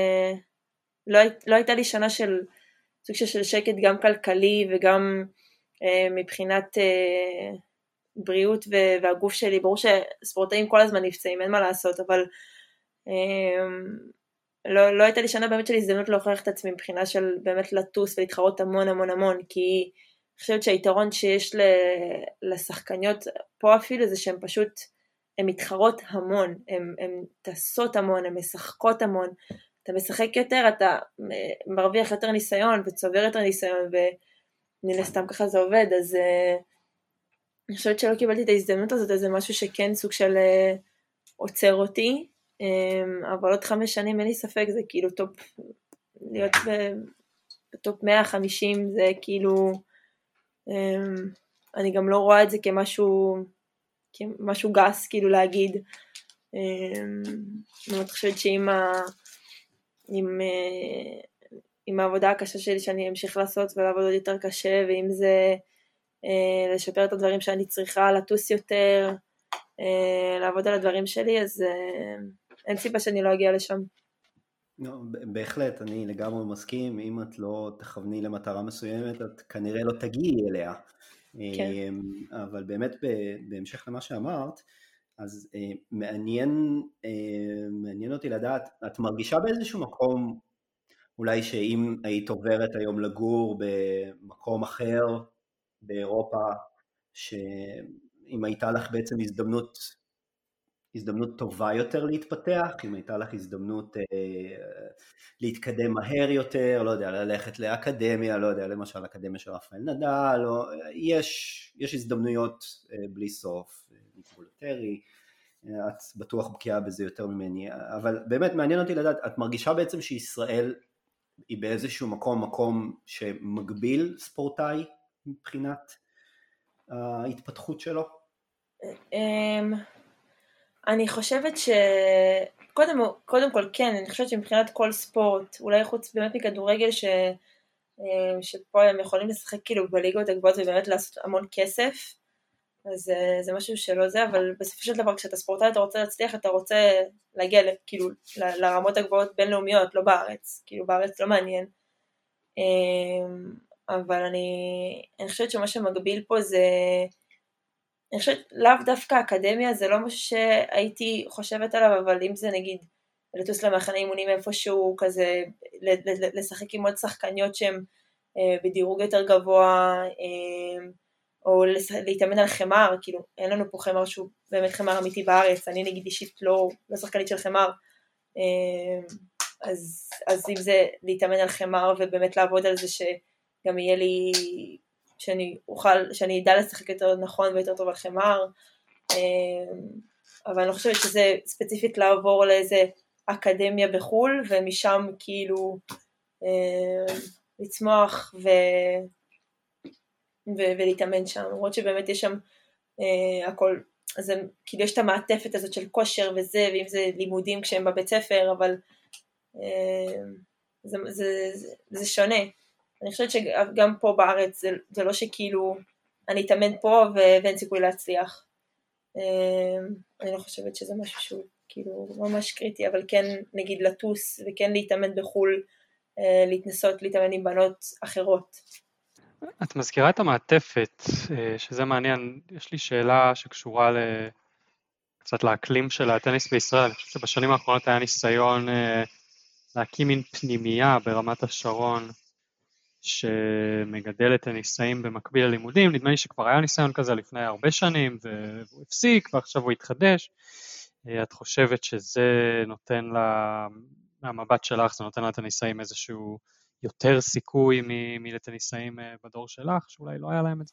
לא הייתה לי שנה של סוג של שקט, גם כלכלי וגם מבחינת בריאות והגוף שלי. ברור שספורטאים כל הזמן נפצעים, אין מה לעשות, אבל לא הייתה לי שנה באמת של הזדמנות להוכיח את עצמי מבחינה של באמת לטוס ולהתחרות המון המון המון, כי אני חושבת שהיתרון שיש לשחקניות פה אפילו זה שהן פשוט, הן מתחרות המון, הן טסות המון, הן משחקות המון, אתה משחק יותר, אתה מרוויח יותר ניסיון וצובר יותר ניסיון, ומן הסתם ככה זה עובד, אז אני חושבת שלא קיבלתי את ההזדמנות הזאת, אז זה משהו שכן סוג של עוצר אותי, אבל עוד 5 שנים אין לי ספק, זה כאילו טופ, להיות בטופ 150 זה כאילו, אני גם לא רואה את זה כמשהו גס כאילו להגיד, אני חושבת שעם עם העבודה הקשה שלי שאני אמשיך לעשות ולעבוד עוד יותר קשה, ואם זה לשפר את הדברים שאני צריכה, לטוס יותר, לעבוד על הדברים שלי, אז אין סיבה שאני לא אגיע לשם. לא, בהחלט, אני לגמרי מסכים, אם את לא תכווני למטרה מסוימת, את כנראה לא תגיעי אליה. כן. אבל באמת בהמשך למה שאמרת, אז מעניין אותי לדעת, את מרגישה באיזשהו מקום, אולי שאם היית עוברת היום לגור במקום אחר באירופה, שאם הייתה לך בעצם הזדמנות טובה יותר להתפתח, אם הייתה לך הזדמנות להתקדם מהר יותר, לא יודע, ללכת לאקדמיה, לא יודע, למשל אקדמיה של רפאל נדל, יש הזדמנויות בלי סוף, ניטרולטרי, את בטוח בקיאה בזה יותר ממני, אבל באמת מעניין אותי לדעת, את מרגישה בעצם שישראל היא באיזשהו מקום שמגביל ספורטאי מבחינת ההתפתחות שלו? אני חושבת קודם כל כן, אני חושבת שמבחינת כל ספורט, אולי חוץ באמת מכדורגל שפה הם יכולים לשחק כאילו בליגות הגבוהות ובאמת לעשות המון כסף, אז זה משהו שלא זה, אבל בסופו של דבר כשאתה ספורטאי אתה רוצה להצליח, אתה רוצה להגיע כאילו לרמות הגבוהות בינלאומיות, לא בארץ, כאילו בארץ לא מעניין, אבל אני חושבת שמה שמגביל פה זה, אני חושבת לאו דווקא אקדמיה, זה לא משהו שהייתי חושבת עליו, אבל אם זה נגיד לטוס למחנה אימונים איפשהו כזה, לשחק עם עוד שחקניות שהן בדירוג יותר גבוה, או להתאמן על חמר, כאילו אין לנו פה חמר שהוא באמת חמר אמיתי בארץ, אני נגיד אישית לא שחקנית של חמר, אז אם זה להתאמן על חמר ובאמת לעבוד על זה שגם יהיה לי, שאני אדע לשחק יותר נכון ויותר טוב על חמר, אבל אני חושבת שזה ספציפית לעבור לאיזה אקדמיה בחול, ומשם כאילו לצמוח ולהתאמן שם, למרות שבאמת יש שם הכל, אז כאילו יש את המעטפת הזאת של כושר וזה, ואם זה לימודים כשהם בבית ספר, אבל זה שונה. אני חושבת שגם פה בארץ זה לא שכאילו אני אתאמן פה ואין סיכוי להצליח. אני לא חושבת שזה משהו שהוא כאילו ממש קריטי, אבל כן נגיד לטוס וכן להתאמן בחול, להתנסות להתאמן עם בנות אחרות. את מזכירה את המעטפת, שזה מעניין, יש לי שאלה שקשורה קצת לאקלים של הטניס בישראל. אני חושב שבשנים האחרונות היה ניסיון להקים מין פנימייה ברמת השרון, שמגדל את הניסאים במקביל ללימודים. נדמה לי שכבר היה ניסיון כזה לפני הרבה שנים, והוא הפסיק ועכשיו הוא התחדש. את חושבת שזה נותן מהמבט שלך, זה נותן לטניסאים איזשהו יותר סיכוי מלטניסאים בדור שלך, שאולי לא היה להם את זה?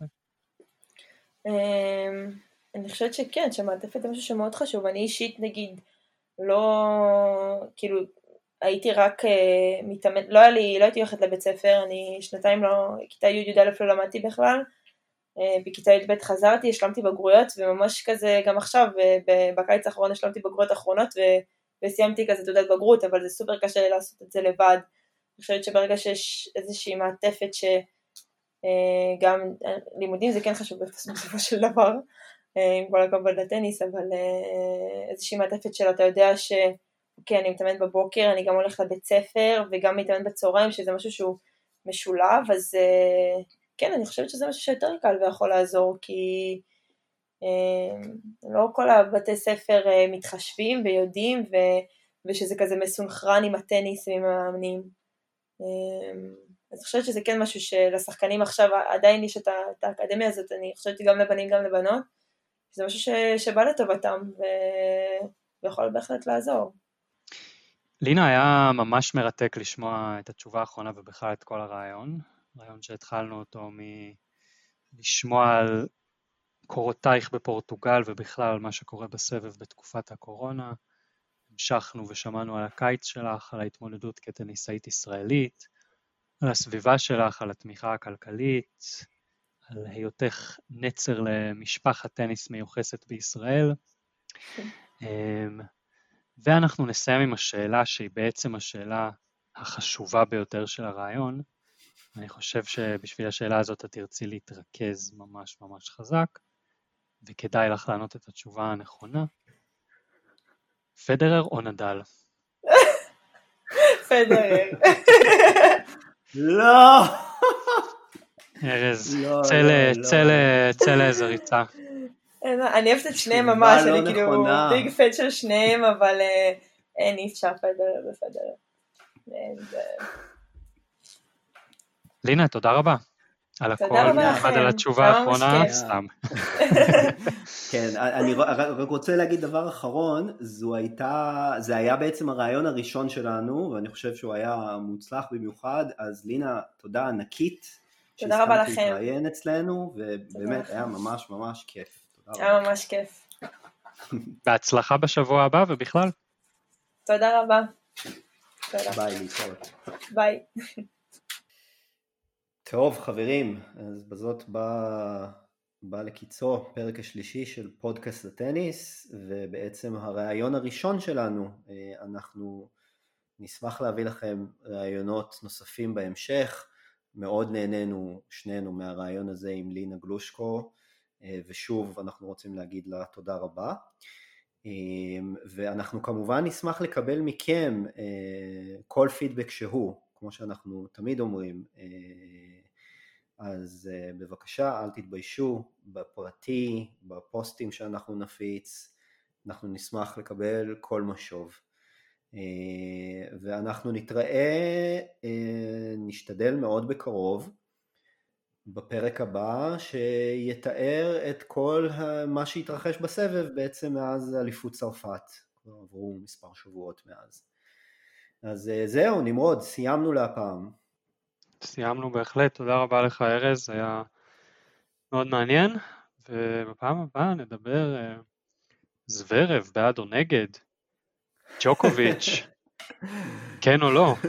אני חושבת שכן, שמעטפת זה משהו שמאוד חשוב. אני אישית נגיד, לא, כאילו, הייתי רק מתאמן, לא הייתי הולכת לבית ספר, אני שנתיים לא, כיתה י' לא למדתי בכלל, בכיתה י' חזרתי, השלמתי בגרויות, וממש כזה גם עכשיו, בקיץ האחרון השלמתי בגרויות האחרונות, וסיימתי כזה תעודת בגרות, אבל זה סופר קשה לעשות את זה לבד. אני חושבת שברגע שיש איזושהי מעטפת שגם לימודים זה כן חשוב בסופו של דבר, עם כל הכבוד לטניס, אבל איזושהי מעטפת של אתה יודע שאוקיי, אני מתאמן בבוקר, אני גם הולך לבית ספר וגם מתאמן בצהריים, שזה משהו שהוא משולב, אז כן, אני חושבת שזה משהו שיותר קל ויכול לעזור, כי לא כל הבתי ספר מתחשבים ויודעים, ושזה כזה מסונכרן עם הטניס ועם המאמנים. אז אני חושבת שזה כן משהו שלשחקנים עכשיו עדיין יש את האקדמיה הזאת, אני חושבת גם לבנים גם לבנות, זה משהו שבא לטובתם ויכול בהחלט לעזור. לינה, היה ממש מרתק לשמוע את התשובה האחרונה ובכלל את כל הרעיון שהתחלנו אותו מלשמוע על קורותייך בפורטוגל ובכלל על מה שקורה בסבב בתקופת הקורונה. המשכנו ושמענו על הקיץ שלך, על ההתמודדות כטניסאית ישראלית, על הסביבה שלך, על התמיכה הכלכלית, על היותך נצר למשפחת טניס מיוחסת בישראל. ואנחנו נסיים עם השאלה שהיא בעצם השאלה החשובה ביותר של הרעיון. אני חושב שבשביל השאלה הזאת את תרצי להתרכז ממש ממש חזק, וכדאי לך לענות את התשובה הנכונה. פדרר או נדל? פדרר. לא! ארז, לא, צא לאיזו ריצה. אני אוהבת את שניהם ממש, לא אני כאילו נכונה. ביג פן של שניהם, אבל אין אי אפשר פדרר ופדרר. לינה, תודה רבה. על הכל, תודה רבה במיוחד לכם. על התשובה היה ממש האחרונה, כיף. סתם. כן, אני רק רוצה להגיד דבר אחרון, זה היה בעצם הרעיון הראשון שלנו, ואני חושב שהוא היה מוצלח במיוחד, אז לינה, תודה ענקית. תודה רבה לכם. שהסכמת להתראיין אצלנו, ובאמת היה ממש ממש כיף. תודה רבה. היה ממש כיף. בהצלחה בשבוע הבא ובכלל. תודה רבה. תודה. ביי, להתראות. ביי. טוב חברים, אז בזאת בא לקיצו פרק השלישי של פודקאסט הטניס, ובעצם הרעיון הראשון שלנו, אנחנו נשמח להביא לכם רעיונות נוספים בהמשך. מאוד נהנינו שנינו מהרעיון הזה עם לינה גלושקו, ושוב אנחנו רוצים להגיד לה תודה רבה, ואנחנו כמובן נשמח לקבל מכם כל פידבק שהוא, כמו שאנחנו תמיד אומרים, אז בבקשה אל תתביישו, בפרטי, בפוסטים שאנחנו נפיץ, אנחנו נשמח לקבל כל משוב. ואנחנו נתראה, נשתדל מאוד בקרוב, בפרק הבא שיתאר את כל מה שהתרחש בסבב בעצם מאז אליפות צרפת, כבר עברו מספר שבועות מאז. אז זהו, נמרוד, סיימנו להפעם. סיימנו בהחלט, תודה רבה לך ארז, היה מאוד מעניין, ובפעם הבאה נדבר זוורב בעד או נגד, ג'וקוביץ', כן או לא.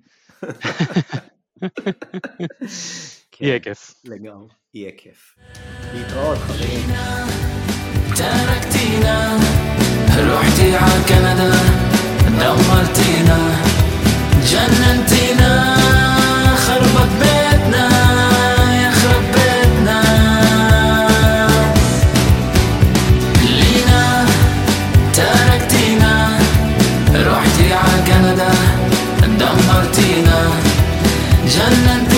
יהיה כיף. לגמרי, יהיה כיף. להתראות חברים. تركتينا رحتي ع كندا دمرتينا جننتينا خربت بيتنا يخرب بيتنا لينا تركتينا رحتي ع كندا دمرتينا جننتينا